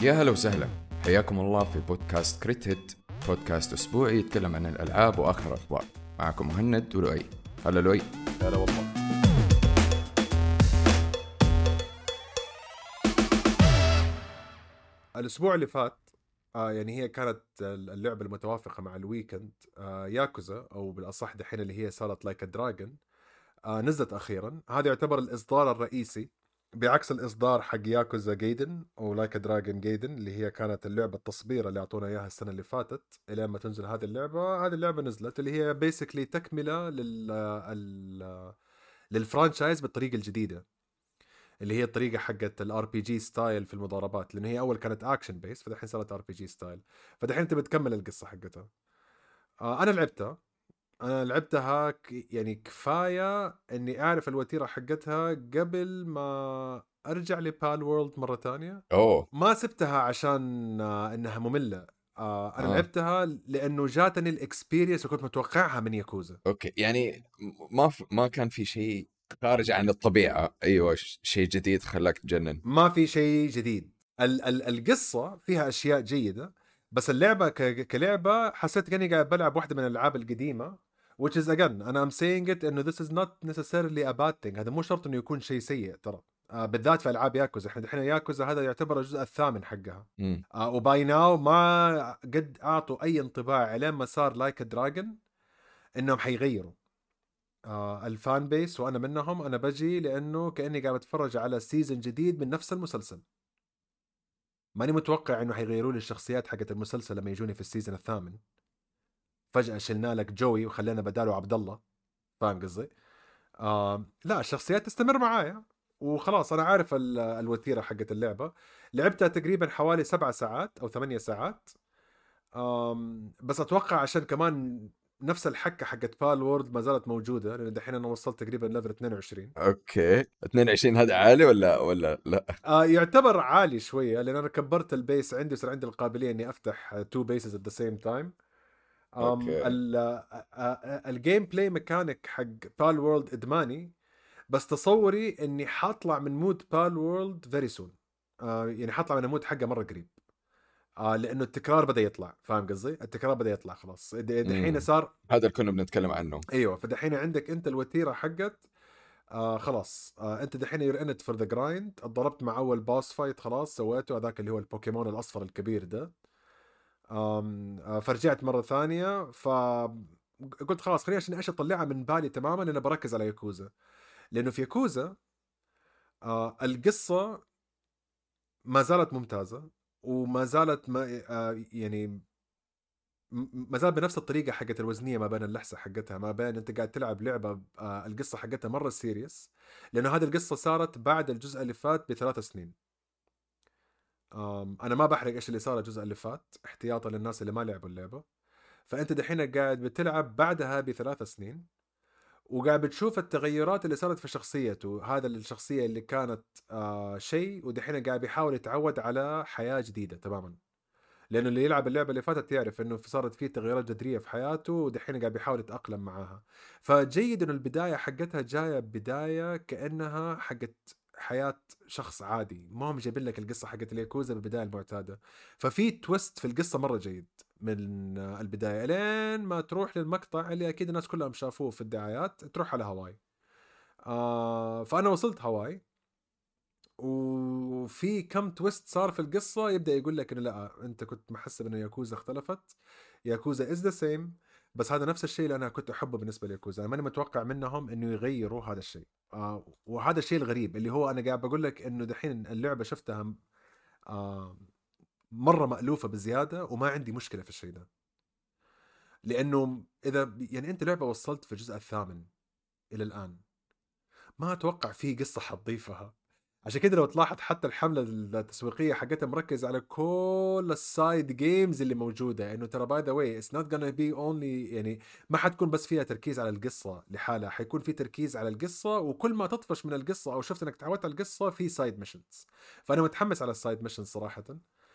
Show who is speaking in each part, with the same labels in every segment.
Speaker 1: يا هلا وسهلا، حياكم الله في بودكاست كريت هيت، بودكاست أسبوعي يتكلم عن الألعاب وآخر الأخبار. معكم مهند ولؤي. هلا لؤي.
Speaker 2: هلا والله. الأسبوع اللي فات يعني هي كانت اللعبة المتوافقة مع الويكند، ياكوزا أو بالأصح دحين اللي هي صارت لايك دراجون، نزلت أخيرا. هذا يعتبر الإصدار الرئيسي بعكس الإصدار حق ياكوزا جايدن أو لايك دراجون جايدن اللي هي كانت اللعبة التصبيرة اللي أعطونا إياها السنة اللي فاتت. إلى ما تنزل هذه اللعبة، هذه اللعبة نزلت اللي هي بيسكلي تكملة للفرانشايز بالطريقة الجديدة، اللي هي الطريقه حقت الار بي جي ستايل في المضاربات، لان هي اول كانت اكشن بيس فدحين صارت ار بي جي ستايل. فدحين انت بتكمل القصه حقتها. انا لعبتها يعني كفايه اني اعرف الوتيره حقتها قبل ما ارجع لبال وورلد مره تانية.
Speaker 1: أوه.
Speaker 2: ما سبتها عشان انها ممله. انا لعبتها لانه جاتني الاكسبيرينس وكنت متوقعها من ياكوزا.
Speaker 1: أوكي، يعني ما كان في شيء خارج عن الطبيعة. أيوة، شيء جديد خلاك تجنن.
Speaker 2: ما في شيء جديد. القصة فيها أشياء جيدة، بس اللعبة كلعبة حسيت كأني قاعد بلعب واحدة من الألعاب القديمة. which is again أنا I'm saying it إنه this is not necessarily a bad thing. هذا مو شرط إنه يكون شيء سيء ترى. بالذات في ألعاب ياكوزا. إحنا دحين ياكوزا هذا يعتبر الجزء الثامن حقها. وباي ناو ما قد أعطوا أي انطباع عليه ما صار لايك دراجون إنهم حيغيروا الفان بيس، وانا منهم. انا بجي لانه كاني قاعد اتفرج على سيزن جديد من نفس المسلسل. ماني متوقع انه حيغيروا لي الشخصيات حقت المسلسل لما يجوني في السيزن الثامن. فجأة شلنا لك جوي وخلينا بداله عبد الله. فاهم قصدي؟ لا، الشخصيات تستمر معايا وخلاص. انا عارف الوتيرة حقت اللعبة. لعبتها تقريبا حوالي 7 ساعات او 8 ساعات. بس اتوقع عشان كمان نفس الحكة حقت بال وورد ما زالت موجودة، لأن دحين أنا وصلت تقريبا ليفل 22.
Speaker 1: أوكي، 22 هذا عالي ولا لا؟
Speaker 2: يعتبر عالي شوية، لأن أنا كبرت البيس عندي وصار عندي القابلية إني أفتح 2 bases at the same time.
Speaker 1: أوكي.
Speaker 2: الجيم بلاي ميكانيك حق بال وورلد إدماني، بس تصوري إني حاطلع من مود بال وورلد very soon. يعني حاطلع من المود حقه مرة قريب. لأنه التكرار بدأ يطلع. فاهم قصدي؟ التكرار بدأ يطلع خلاص. دحين صار.
Speaker 1: هذا اللي كنا بنتكلم عنه.
Speaker 2: أيوة، فدحين عندك أنت الوتيرة حقت. خلاص. انت دحين you're in it for the grind. ضربت مع اول باس فايت، خلاص سويته، هذاك اللي هو البوكيمون الاصفر الكبير ده. فرجعت مرة ثانية، قلت خلاص خليني عشان ايش اطلعها من بالي تماما. انا بركز على ياكوزا، لانه في ياكوزا القصة ما زالت ممتازة، وما زالت ما يعني ما زال بنفس الطريقة حقت الوزنية ما بين اللحسة حقتها، ما بين انت قاعد تلعب لعبة القصة حقتها مرة سيريس. لانه هذه القصة صارت بعد الجزء اللي فات ب3 سنين. انا ما بحرق ايش اللي صار الجزء اللي فات احتياطا للناس اللي ما لعبوا اللعبة. فانت دحين قاعد بتلعب بعدها ب3 سنين، وقاعد بتشوف التغيرات اللي صارت في شخصيته. هذا الشخصية اللي كانت شيء، ودحين قاعد بيحاول يتعود على حياة جديدة تماما. لانه اللي يلعب اللعبه اللي فاتت يعرف انه صارت فيه تغيرات جذريه في حياته، ودحين قاعد بيحاول يتاقلم معاها. فجيد انه البدايه حقتها جايه بدايه كانها حقت حياه شخص عادي، ما هم جايبين لك القصه حقت الياكوزا بالبدايه المعتاده. ففي تويست في القصه مره جيد من البدايه لين ما تروح للمقطع اللي اكيد الناس كلهم شافوه في الدعايات، تروح على هاواي. فانا وصلت هاواي، وفي كم تويست صار في القصة يبدأ يقول لك إنه لا، أنت كنت محسب إنه ياكوزا اختلفت. ياكوزا is the same. بس هذا نفس الشيء اللي أنا كنت أحبه بالنسبة لياكوزا. أنا ماني متوقع منهم إنه يغيروا هذا الشيء. وهذا الشيء الغريب اللي هو أنا قاعد بقول لك إنه دحين اللعبة شفتها مرة مألوفة بزيادة، وما عندي مشكلة في الشيء ده. لأنه إذا يعني أنت لعبة وصلت في الجزء الثامن إلى الآن، ما أتوقع فيه قصة حتضيفها. عشان كده لو تلاحظ حتى الحملة التسويقية حقتها مركز على كل السايد جيمز اللي موجودة، انه ترى باي ذا واي اتس نوت gonna بي اونلي، يعني ما حتكون بس فيها تركيز على القصة لحالها، حيكون في تركيز على القصة، وكل ما تطفش من القصة او شفت انك تعودت على القصة في سايد ميشنز. فانا متحمس على السايد ميشنز صراحة.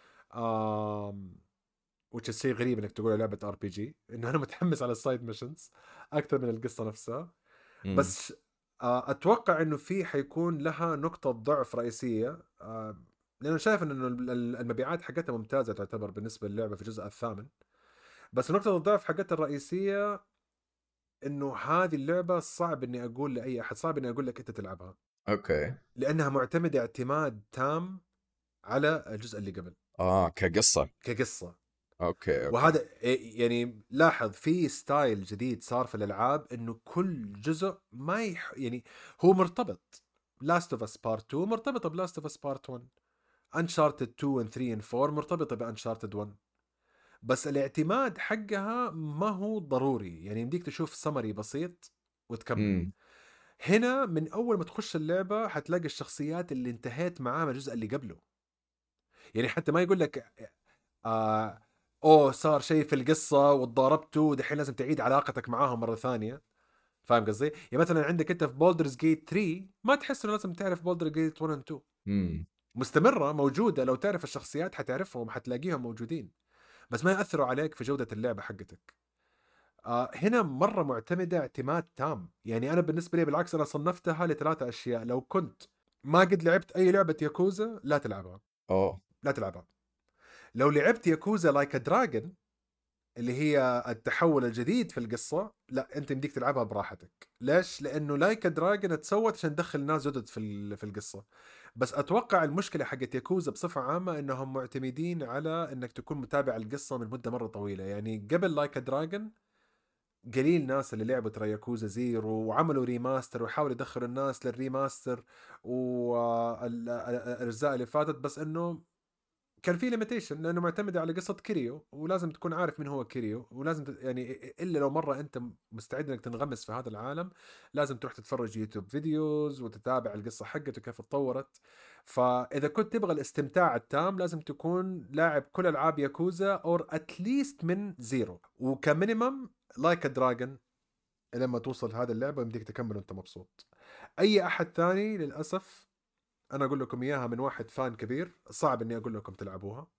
Speaker 2: which is شيء غريب انك تقول لعبة ار بي جي انه انا متحمس على السايد ميشنز اكثر من القصة نفسها. بس اتوقع انه في حيكون لها نقطة ضعف رئيسية. لانه شايف انه المبيعات حقتها ممتازه تعتبر بالنسبه للعبه في الجزء الثامن. بس نقطه الضعف حقتها الرئيسيه انه هذه اللعبه صعب اني اقول لاي احد، صعب اني اقول لك انت تلعبها،
Speaker 1: اوكي.
Speaker 2: لانها معتمده اعتماد تام على الجزء اللي قبل
Speaker 1: كقصة.
Speaker 2: كقصه.
Speaker 1: اوكي اوكي.
Speaker 2: وهذا يعني لاحظ في ستايل جديد صار في الالعاب، انه كل جزء ما يعني هو مرتبط. لاست اوف اس بارت 2 مرتبطه بلاست اوف اس بارت 1، انشارتد 2 و 3 و 4 مرتبطه بانشارتد 1. بس الاعتماد حقها ما هو ضروري، يعني يمديك تشوف سمري بسيط وتكمل.
Speaker 1: امم.
Speaker 2: هنا من اول ما تخش اللعبه حتلاقي الشخصيات اللي انتهيت معاه من الجزء اللي قبله. يعني حتى ما يقول لك آه اوه صار شيء في القصه وتضاربتوا ودحين لازم تعيد علاقتك معاهم مره ثانيه. فاهم قصدي؟ يعني مثلا عندك انت في بولدرز جيت 3 ما تحس انه لازم تعرف بولدر جيت 1 و 2،
Speaker 1: امم.
Speaker 2: مستمره موجوده، لو تعرف الشخصيات حتعرفهم حتلاقيهم موجودين، بس ما ياثروا عليك في جوده اللعبه حقتك. هنا مره معتمده اعتماد تام. يعني انا بالنسبه لي بالعكس انا صنفتها لثلاثه اشياء. لو كنت ما قد لعبت اي لعبه ياكوزا لا تلعبها،
Speaker 1: اوه.
Speaker 2: لا تلعبها. لو لعبت ياكوزا لايك دراجون اللي هي التحول الجديد في القصة، لا انت يمديك تلعبها براحتك. ليش؟ لانه لايك دراجون تسوت عشان تدخل ناس جدد في القصة. بس اتوقع المشكلة حقت ياكوزا بصفة عامة انهم معتمدين على انك تكون متابع القصة من مدة مرة طويلة. يعني قبل لايك دراجون قليل ناس اللي لعبوا ترى ياكوزا زيرو وعملوا ريماستر وحاولوا يدخلوا الناس للريماستر والاجزاء اللي فاتت، بس انه كان في ليميتيشن لانه معتمده على قصه كيريو، ولازم تكون عارف من هو كيريو، ولازم يعني الا لو مره انت مستعد انك تنغمس في هذا العالم لازم تروح تتفرج يوتيوب فيديوز وتتابع القصه حقته كيف اتطورت. فاذا كنت تبغى الاستمتاع التام لازم تكون لاعب كل العاب ياكوزا اور اتليست من زيرو، وكمينيمم لايك دراجون لما توصل هذا اللعبه يمديك تكمل وانت مبسوط. اي احد ثاني للاسف انا اقول لكم اياها من واحد فان كبير صعب اني اقول لكم تلعبوها.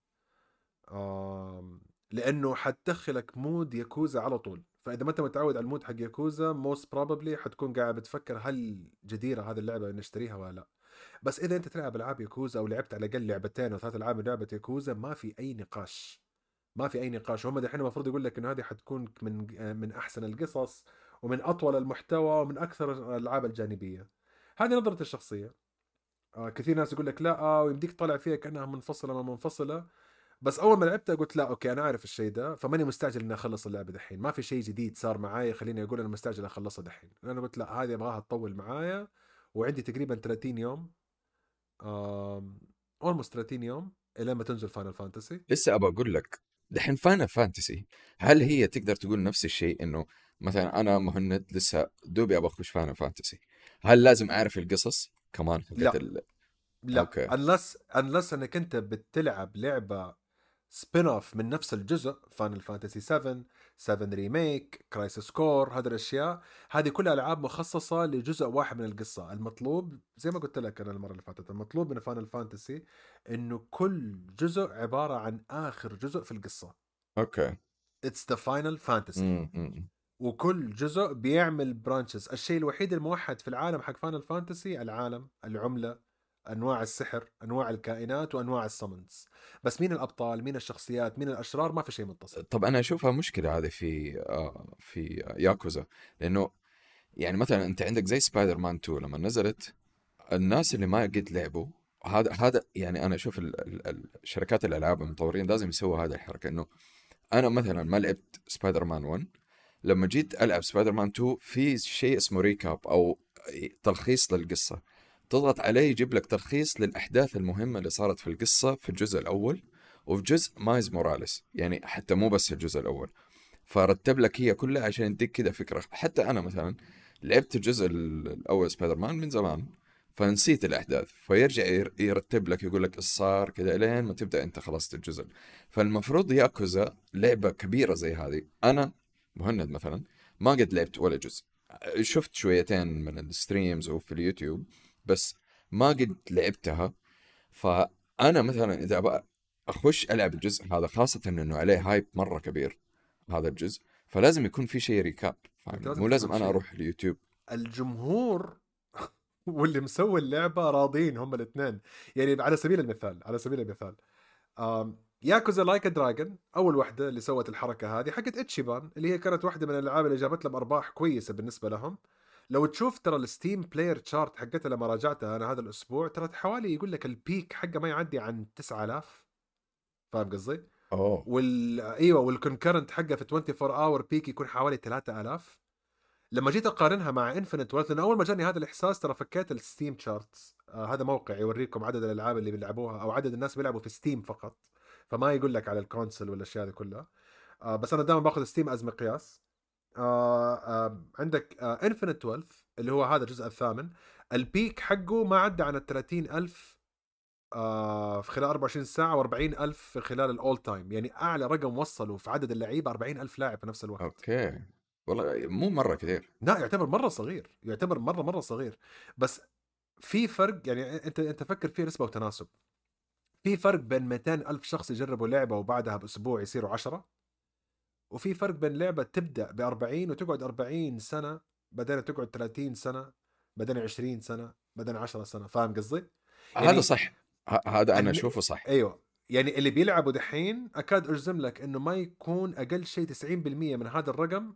Speaker 2: لانه حتدخلك مود ياكوزا على طول، فاذا ما انت متعود على المود حق ياكوزا موست بروبابلي حتكون قاعد بتفكر هل جديره هذه اللعبه نشتريها ولا لا. بس اذا انت تلعب العاب ياكوزا او لعبت على الاقل لعبتين او ثلاث العاب من لعبه ياكوزا ما في اي نقاش، ما في اي نقاش. هم دحين المفروض يقول لك انه هذه حتكون من احسن القصص ومن اطول المحتوى ومن اكثر الالعاب الجانبيه. هذه نظرتي الشخصيه. كثير ناس يقول لك لا ويمديك تطلع فيها كانها منفصله ما منفصله. بس اول ما لعبتها قلت لا اوكي انا اعرف الشيء ده، فماني مستعجل اني اخلص اللعبه دحين. ما في شيء جديد صار معايا خليني اقول انا مستعجل اخلصها دحين. انا قلت لا هذه ابغاها تطول معايا، وعندي تقريبا 30 يوم، اولموست 30 يوم الى ما تنزل فاينل فانتسي.
Speaker 1: لسه ابى اقول لك دحين فاينل فانتسي، هل هي تقدر تقول نفس الشيء انه مثلا انا مهند لسه دوبي ابى اخش فاينل فانتسي، هل لازم اعرف القصص كمان حقت
Speaker 2: لا لا
Speaker 1: اوكي.
Speaker 2: unless انك انت بتلعب لعبه سبين اوف من نفس الجزء، فاينل فانتسي 7، 7 ريميك، كرايسيس كور، هذه الاشياء هذه كلها العاب مخصصه لجزء واحد من القصه. المطلوب زي ما قلت لك انا المره اللي فاتت، المطلوب من فاينل فانتسي انه كل جزء عباره عن اخر جزء في القصه.
Speaker 1: اوكي.
Speaker 2: اتس ذا فاينل فانتسي.
Speaker 1: امم.
Speaker 2: وكل جزء بيعمل برانشز. الشيء الوحيد الموحد في العالم حق فاينل فانتسي العالم، العمله، انواع السحر، انواع الكائنات، وانواع السمنز. بس مين الابطال، مين الشخصيات، مين الاشرار، ما في شيء متصل.
Speaker 1: طب انا اشوفها مشكله هذه في ياكوزا، لانه يعني مثلا انت عندك زي سبايدر مان 2 لما نزلت، الناس اللي ما قد لعبوا، هذا يعني انا اشوف شركات الالعاب المطورين لازم يسووا هذه الحركه، انه انا مثلا ما لعبت سبايدر مان 1، لما جيت العب سبايدر مان 2 في شيء اسمه ريكاب او تلخيص للقصه، تضغط عليه يجيب لك تلخيص للاحداث المهمه اللي صارت في القصه في الجزء الاول وفي جزء مايز موراليس، يعني حتى مو بس الجزء الاول، فرتب لك هي كلها عشان يديك كذا فكره. حتى انا مثلا لعبت الجزء الاول سبايدر مان من زمان فنسيت الاحداث، فيرجع يرتب لك يقول لك ايش صار كذا لين ما تبدا انت خلصت الجزء. فالمفروض ياكوزا لعبه كبيره زي هذه، انا مهند مثلا ما قد لعبت ولا جزء، شفت شويتين من الستريمز وفي اليوتيوب بس ما قد لعبتها. فانا مثلا اذا ابغى اخش العب الجزء هذا، خاصه انه عليه هايب مره كبير هذا الجزء، فلازم يكون في شيء ريكاب،
Speaker 2: انت
Speaker 1: فاهمني؟
Speaker 2: لازم
Speaker 1: مو
Speaker 2: تفهم
Speaker 1: لازم انا
Speaker 2: شيء،
Speaker 1: اروح اليوتيوب.
Speaker 2: الجمهور واللي مسوي اللعبه راضين هم الاثنين. يعني على سبيل المثال ياكوزا لايك دراجون اول وحده اللي سوت الحركه هذه حقت اتشيبان، اللي هي كانت واحده من الالعاب اللي جابت لهم ارباح كويسه بالنسبه لهم. لو تشوف ترى الستيم بلاير تشارت حقتها لما راجعتها انا هذا الاسبوع، ترى حوالي يقول لك البيك حقه ما يعدي عن 9000. فاهم قصدي؟
Speaker 1: اوه.
Speaker 2: ايوه، والكونكرنت حقه في 24 اور بيك يكون حوالي 3000. لما جيت اقارنها مع انفنت وورث، لان اول ما جاني هذا الاحساس ترى فكيت الستيم تشارتس. هذا موقع يوريكم عدد الالعاب اللي بيلعبوها او عدد الناس بيلعبوا في ستيم فقط، فما يقول لك على الكونسل والاشياء هذه كلها. بس انا دائما باخذ ستيم از مقياس. عندك انفنت ويلث اللي هو هذا الجزء الثامن، البيك حقه ما عدى عن ال 30,000 في خلال 24 ساعة، و40,000 في خلال الأول تايم. يعني أعلى رقم وصلوا في عدد اللعيبة 40,000 لاعب في نفس الوقت.
Speaker 1: اوكي. والله مو مرة كثير.
Speaker 2: لا، يعتبر مرة صغير، يعتبر مرة صغير. بس في فرق، يعني أنت فكر فيه نسبة وتناسب. في فرق بين 200,000 شخص يجربوا لعبة وبعدها بأسبوع يصيروا 10، وفي فرق بين لعبة تبدأ ب40 وتقعد 40 سنة، بعدين تقعد 30 سنة، بعدين 20 سنة، بعدين 10 سنة. فاهم قصدي؟
Speaker 1: هذا
Speaker 2: يعني
Speaker 1: صح. هذا انا
Speaker 2: الن...
Speaker 1: اشوفه صح.
Speaker 2: ايوه، يعني اللي بيلعبوا دحين اكاد اجزم لك انه ما يكون اقل شيء 90% من هذا الرقم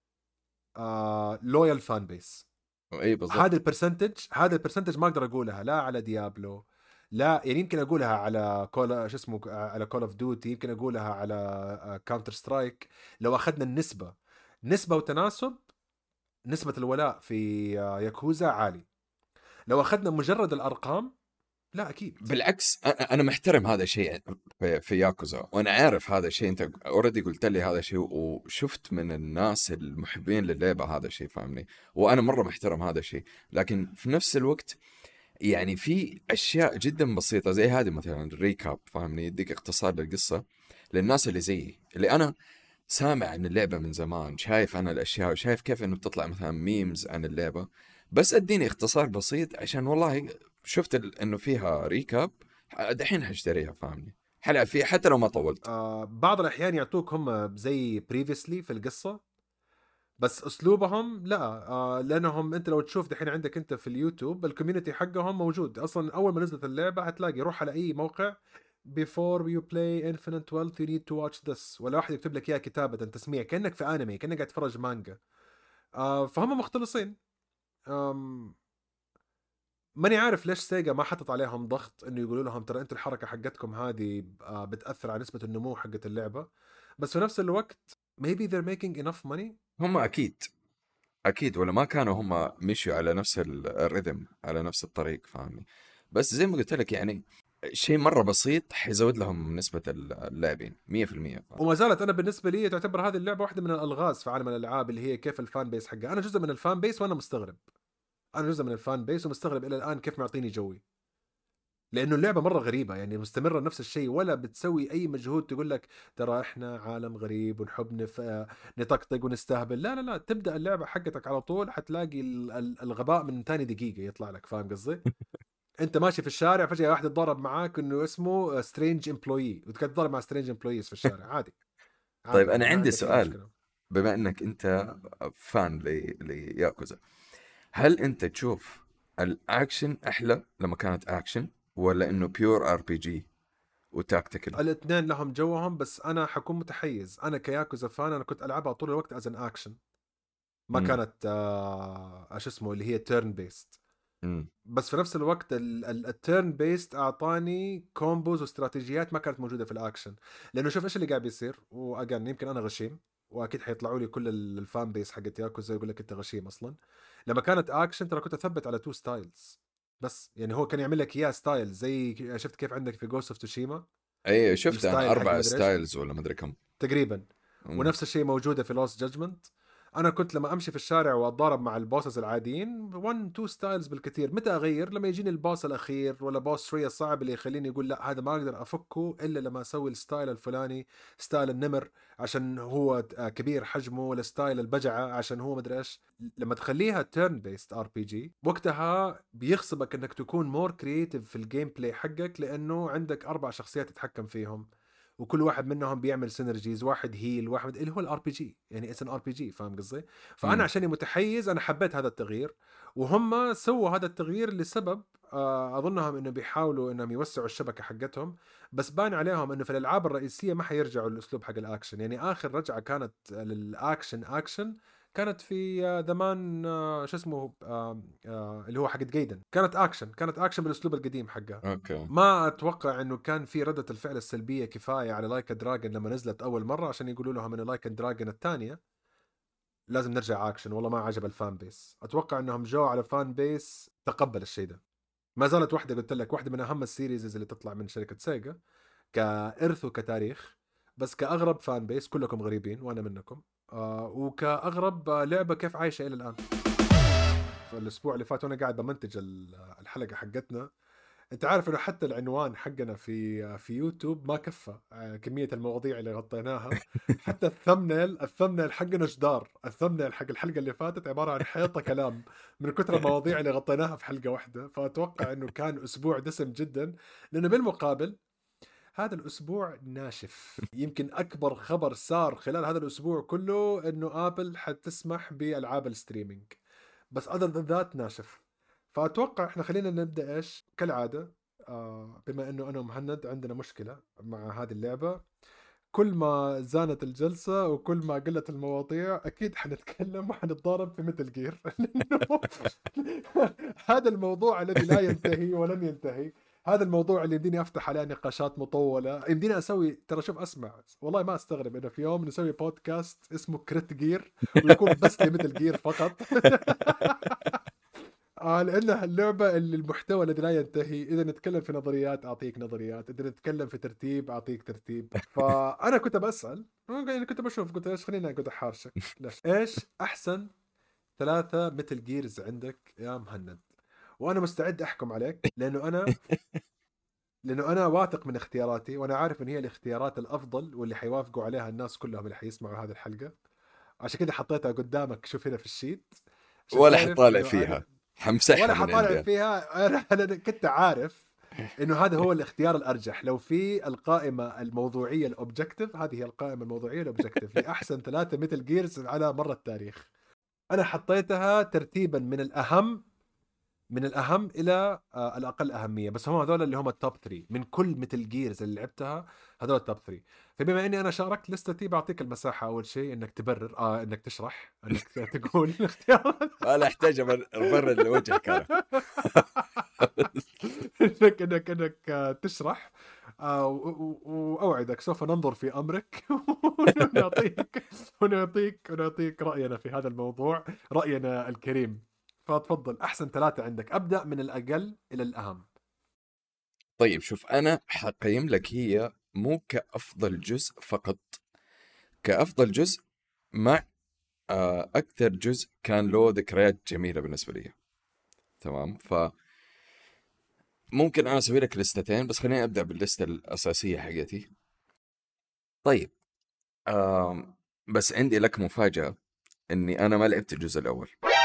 Speaker 2: لويال فان بيس.
Speaker 1: اي بالضبط.
Speaker 2: هذا البرسنتج ما اقدر اقولها لا على ديابلو، لا يعني يمكن اقولها على كول، شو اسمه، على كول اوف ديوتي، يمكن اقولها على كاونتر سترايك. لو اخذنا النسبة، نسبة وتناسب، نسبة الولاء في ياكوزا عالي. لو اخذنا مجرد الارقام، لا اكيد.
Speaker 1: بالعكس، انا محترم هذا الشيء في ياكوزا، وانا عارف هذا الشيء، انت اوريدي قلت لي هذا الشيء، وشفت من الناس المحبين للعبه هذا الشيء، فاهمني؟ وانا مره محترم هذا الشيء. لكن في نفس الوقت يعني في اشياء جدا بسيطه زي هذه، مثلا الريكاب، فاهمني؟ يديك اختصار للقصه للناس اللي زيي، اللي انا سامع عن اللعبه من زمان، شايف انا الاشياء، وشايف كيف انه بتطلع مثلا ميمز عن اللعبه. بس اديني اختصار بسيط، عشان والله شفت انه فيها ريكاب، دحين حاشتريها، فاهمني؟ حلقة فيها حتى لو ما طولت.
Speaker 2: بعض الأحيان يعطوك هم زي بريفيسلي في القصة، بس أسلوبهم لا. لأنهم أنت لو تشوف دحين عندك أنت في اليوتيوب الكوميونتي حقهم موجود أصلا. أول ما نزلت اللعبة هتلاقي روح على أي موقع before you play Infinite Wealth you need to watch this، ولا واحد يكتب لك إياها كتابة تسميع كأنك في أنمي، كأنك قاعد تتفرج مانجا. فهم مختلصين. آم، ماني عارف ليش سيجا ما حطت عليهم ضغط انه يقولوا لهم ترى انتوا الحركه حقتكم هذه بتاثر على نسبه النمو حقت اللعبه. بس في نفس الوقت maybe they're making enough money.
Speaker 1: هم اكيد، اكيد، ولا ما كانوا هم مشوا على نفس الريذم، على نفس الطريق، فاهمني؟ بس زي ما قلت لك يعني، شيء مرة بسيط حيزود لهم نسبة اللاعبين 100%،
Speaker 2: وما زالت انا بالنسبه لي تعتبر هذه اللعبه واحده من الالغاز في عالم الالعاب، اللي هي كيف الفان بيس حقها. انا جزء من الفان بيس وانا مستغرب، انا جزء من الفان بيس ومستغرب الى الان كيف معطيني جوي. لانه اللعبه مره غريبه، يعني مستمره نفس الشيء، ولا بتسوي اي مجهود تقول لك ترى احنا عالم غريب ونحب نطقطق ونستهبل. لا لا لا، تبدا اللعبه حقتك على طول حتلاقي الغباء من ثاني دقيقه يطلع لك. فاهم قصدي؟ انت ماشي في الشارع فجاه واحد يتضارب معاك انه اسمه سترينج امبلويي، وتقعد تتضارب مع سترينج امبلويز في الشارع عادي.
Speaker 1: طيب
Speaker 2: عادي
Speaker 1: أنا
Speaker 2: يعني ما
Speaker 1: عندي
Speaker 2: عندك اي
Speaker 1: سؤال.
Speaker 2: مشكله.
Speaker 1: بما أنك أنت فان لياكوزا، هل أنت تشوف الأكشن أحلى لما كانت أكشن، ولا إنه بيور ار بي جي وتاكتيكال؟
Speaker 2: الاثنين لهم جوهم، بس انا حكون متحيز. انا كياكوزا فان انا كنت العبها طول الوقت از ان اكشن، ما
Speaker 1: امم.
Speaker 2: كانت شو اسمه اللي هي تيرن بيست.
Speaker 1: امم.
Speaker 2: بس في نفس الوقت التيرن بيست اعطاني كومبوز واستراتيجيات ما كانت موجوده في الاكشن. لانه شوف ايش اللي قاعد بيصير، واجان يمكن انا غشيم، واكيد حيطلعوا لي كل الفان بيس حقت ياكوزا يقول لك انت غشيم اصلا. لما كانت اكشن ترى كنت اثبت على تو ستايلز بس. يعني هو كان يعمل لك اياه ستايل زي شفت كيف عندك في جوست اوف توشيما
Speaker 1: أي شفت أنا
Speaker 2: الستايل حق
Speaker 1: 4
Speaker 2: مدري ايش
Speaker 1: ستايلز ولا مدري كم.
Speaker 2: تقريبا.
Speaker 1: امم.
Speaker 2: ونفس الشيء موجوده في لوست جادجمنت. انا كنت لما امشي في الشارع واتضارب مع البوسز العاديين 1 2 ستايلز بالكثير. متى اغير؟ لما يجيني البوس الاخير ولا بوس شويه صعب اللي يخليني يقول لا هذا ما اقدر افكه الا لما اسوي الستايل الفلاني، ستايل النمر عشان هو كبير حجمه، ولا ستايل البجعه عشان هو مدري ايش. لما تخليها تيرن بيست ار بي جي وقتها بيغصبك انك تكون مور كرييتيف في الجيم بلاي حقك، لانه عندك 4 شخصيات تتحكم فيهم، وكل واحد منهم بيعمل سينرجيز، واحد هيل، واحد اللي هو الار بي جي، يعني اسم ار بي جي، فاهم قصدي؟ فانا عشاني متحيز انا حبيت هذا التغيير، وهم سووا هذا التغيير لسبب اظنهم انه بيحاولوا انهم يوسعوا الشبكه حقتهم، بس بان عليهم انه في الالعاب الرئيسيه ما حيرجعوا للاسلوب حق الاكشن. يعني اخر رجعه كانت للاكشن اكشن كانت في مان شو اسمه اللي هو حق جايدن، كانت اكشن بالاسلوب القديم حقها.
Speaker 1: اوكي.
Speaker 2: ما اتوقع انه كان في ردة الفعل السلبية كفاية على لايك دراجون لما نزلت اول مرة عشان يقولوا لهم انه لايك دراجون الثانية لازم نرجع اكشن، والله ما عجب الفان بيس. اتوقع انهم جو على فان بيس تقبل الشيء ده. ما زالت واحدة، قلت لك واحدة من اهم السيريز اللي تطلع من شركة سيجا كإرث وكتاريخ، بس كأغرب فان بيس كلكم غريبين وانا منكم. وكأغرب لعبة كيف عايشة الى الان. فالاسبوع اللي فات وانا قاعد بمنتج الحلقة حقتنا، انت عارف انه حتى العنوان حقنا في يوتيوب ما كفى كمية المواضيع اللي غطيناها. حتى الثمنيل حقنا جدار، الثمنيل حق الحلقة اللي فاتت عبارة عن حيطة كلام من كثر المواضيع اللي غطيناها في حلقة واحدة. فأتوقع انه كان اسبوع دسم جدا، لانه بالمقابل هذا الاسبوع ناشف. يمكن اكبر خبر صار خلال هذا الاسبوع كله انه ابل حتسمح بالعاب الستريمينج، بس other than that ناشف. فأتوقع إحنا خلينا نبدأ إيش كالعادة. بما إنه أنا ومهند عندنا مشكلة مع هذه اللعبة، كل ما زانت الجلسة وكل ما قلت المواضيع أكيد حنتكلم وحنتضارب في مثل جير. لأنه هذا الموضوع الذي لا ينتهي ولن ينتهي، هذا الموضوع اللي يمديني أفتح عليه نقاشات مطولة، يمديني أسوي، ترى شوف أسمع والله ما أستغرب إنه في يوم نسوي بودكاست اسمه كريت جير ويكون بس لمثل جير فقط. لأنها اللعبة اللي المحتوى الذي لا ينتهي. إذا نتكلم في نظريات أعطيك نظريات، إذا نتكلم في ترتيب أعطيك ترتيب. فأنا كنت بسأل، يعني كنت بشوف، قلت إيش خليني أقعد أحارشك. ليش؟ إيش أحسن 3 مثل جيرز عندك يا مهند؟ وأنا مستعد أحكم عليك لأنه أنا واثق من اختياراتي، وأنا عارف إن هي الاختيارات الأفضل واللي حيوافقوا عليها الناس كلهم اللي حيسمعوا هذه الحلقة. عشان كده حطيتها قدامك، شوف هنا في الشيت عشان
Speaker 1: ولا
Speaker 2: تعرف
Speaker 1: حطالع
Speaker 2: إنه أنا
Speaker 1: فيها، حمسحها
Speaker 2: ولا
Speaker 1: من
Speaker 2: حطالع
Speaker 1: عندي.
Speaker 2: فيها. أنا كنت عارف انه هذا هو الاختيار الارجح. لو في القائمه الموضوعيه الاوبجكتيف، هذه هي القائمه الموضوعيه الاوبجكتيف لاحسن 3 مثل جيرز على مر التاريخ. انا حطيتها ترتيبا من الاهم الى الاقل اهميه، بس هم هذول اللي هم التوب 3 من كل مثل جيرز اللي لعبتها، هذول التوب 3. فبما اني انا شاركت لستي بعطيك المساحه اول شيء انك تبرر، انك تشرح، انك تقول الاختيارات.
Speaker 1: ولا احتاج ابرر لوجهك انا.
Speaker 2: انك تشرح. واوعدك سوف ننظر في امرك. ونعطيك راينا في هذا الموضوع، راينا الكريم. فتفضل، احسن 3 عندك، ابدا من الاقل الى الاهم.
Speaker 1: طيب شوف، انا حقيم لك هي مو كافضل جزء فقط، كافضل جزء مع اكثر جزء كان له ذكريات جميله بالنسبه لي. تمام، ممكن انا اسوي لك لستتين، بس خليني ابدا باللسته الاساسيه حقتي. طيب بس عندي لك مفاجاه، اني انا ما لعبت الجزء الاول.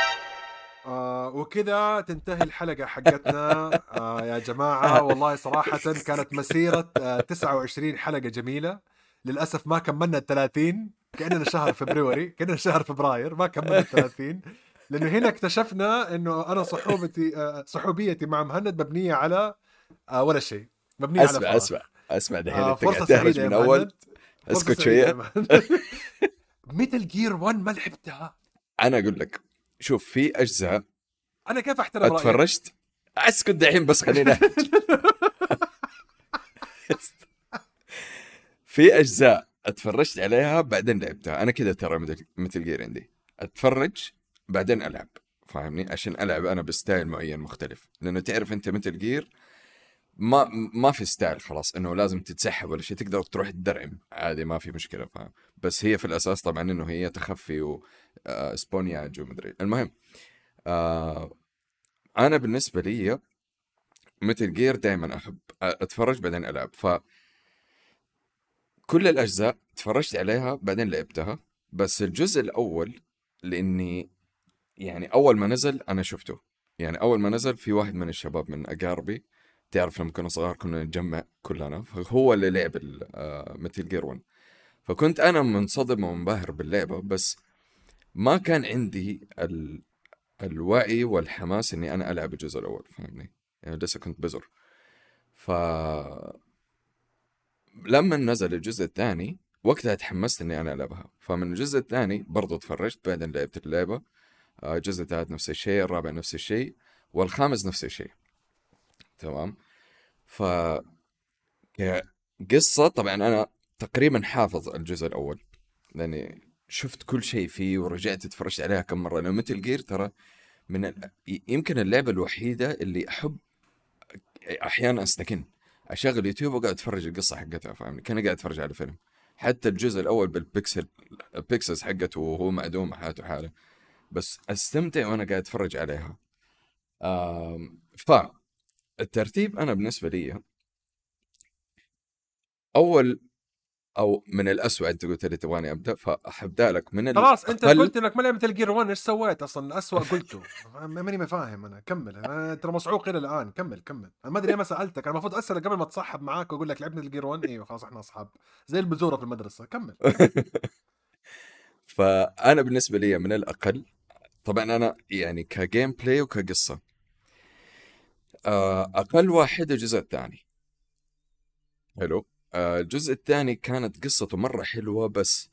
Speaker 2: وكذا تنتهي الحلقة حقتنا. يا جماعة والله صراحة كانت مسيرة 29 حلقة جميلة. للأسف ما كملنا 30، كأننا شهر فبراير ما كملنا 30. لأنه هنا اكتشفنا أنه أنا صحوبيتي مع مهند مبنية على ولا شيء، مبنية على
Speaker 1: اسمع
Speaker 2: فراغ.
Speaker 1: اسمع اسمع، دحين انت قاعد
Speaker 2: فرصة
Speaker 1: تهرج
Speaker 2: سعيدة يا
Speaker 1: من اول.
Speaker 2: مهند، فرصة
Speaker 1: اسكت
Speaker 2: سعيدة يا
Speaker 1: شويه.
Speaker 2: مهند. ميتل جير 1 ما لعبتها.
Speaker 1: انا اقول لك، شوف في اجزاء
Speaker 2: أنا كيف أحترم رأيك؟
Speaker 1: اتفرجت. اسكت دحين بس خليني احكي. في اجزاء اتفرجت عليها بعدين لعبتها. انا كذا ترى مثل جير عندي، اتفرج بعدين العب، فاهمني؟ عشان العب انا بستايل معين مختلف، لانه تعرف انت مثل جير ما في ستايل خلاص انه لازم تتسحب ولا شيء، تقدر تروح تدرعم عادي، ما في مشكله، فاهم؟ بس هي في الاساس طبعا انه هي تخفي وسبونياج ومدري. المهم انا بالنسبه لي مثل جير دائما احب اتفرج بعدين العب. كل الأجزاء تفرجت عليها بعدين لعبتها، بس الجزء الأول لأني يعني أول ما نزل أنا شفته. يعني أول ما نزل في واحد من الشباب من أقاربي تعرف لما كنا صغار كنا نتجمع كلنا، فهو اللي لعب مثل جير 1. فكنت أنا منصدم ومنبهر باللعبة، بس ما كان عندي الوعي والحماس إني أنا ألعب الجزء الأول، فاهمني؟ يعني لسه كنت بزر. فلما نزل الجزء الثاني وقتها تحمست إني أنا ألعبها. فمن الجزء الثاني برضو تفرجت، بعدين لعبت اللعبة. الجزء الثالث نفس الشيء، الرابع نفس الشيء، والخامس نفس الشيء. تمام. ف قصة طبعا أنا تقريبا حافظ الجزء الأول، لأني شفت كل شيء فيه ورجعت اتفرجت عليها كم مرة. لأنه مثل جير ترى يمكن اللعبة الوحيدة اللي أحب أحيانا أستكن أشغل يوتيوب وقاعد أتفرج القصة حقتها، فاهمني؟ كان قاعد أتفرج على فيلم. حتى الجزء الأول البيكسلز حقته وهو معدوم حاله حاله، بس أستمتع وأنا قاعد أتفرج عليها. فالترتيب أنا بالنسبة لي أول او من الاسوء، انت قلت لي تبغاني ابدا، فحبدا لك من
Speaker 2: خلاص انت
Speaker 1: الاقل.
Speaker 2: قلت انك ما لعبت الجير 1، ايش سويت اصلا؟ الاسوء قلته. ماني مفاهم انا. كمل، انا ترى مصعوق الى الان. كمل كمل. انا ما ادري ليه ما سالتك. انا المفروض اسالك قبل ما اتصاحب معاك واقول لك لعبنا الجير 1. ايوه خلاص احنا اصحاب زي البزوره في المدرسه. كمل كمل.
Speaker 1: فانا بالنسبه لي من الاقل، طبعا انا يعني كجيم بلاي وكقصه، اقل واحد الجزء الثاني. حلو. الجزء الثاني كانت قصته مره حلوه، بس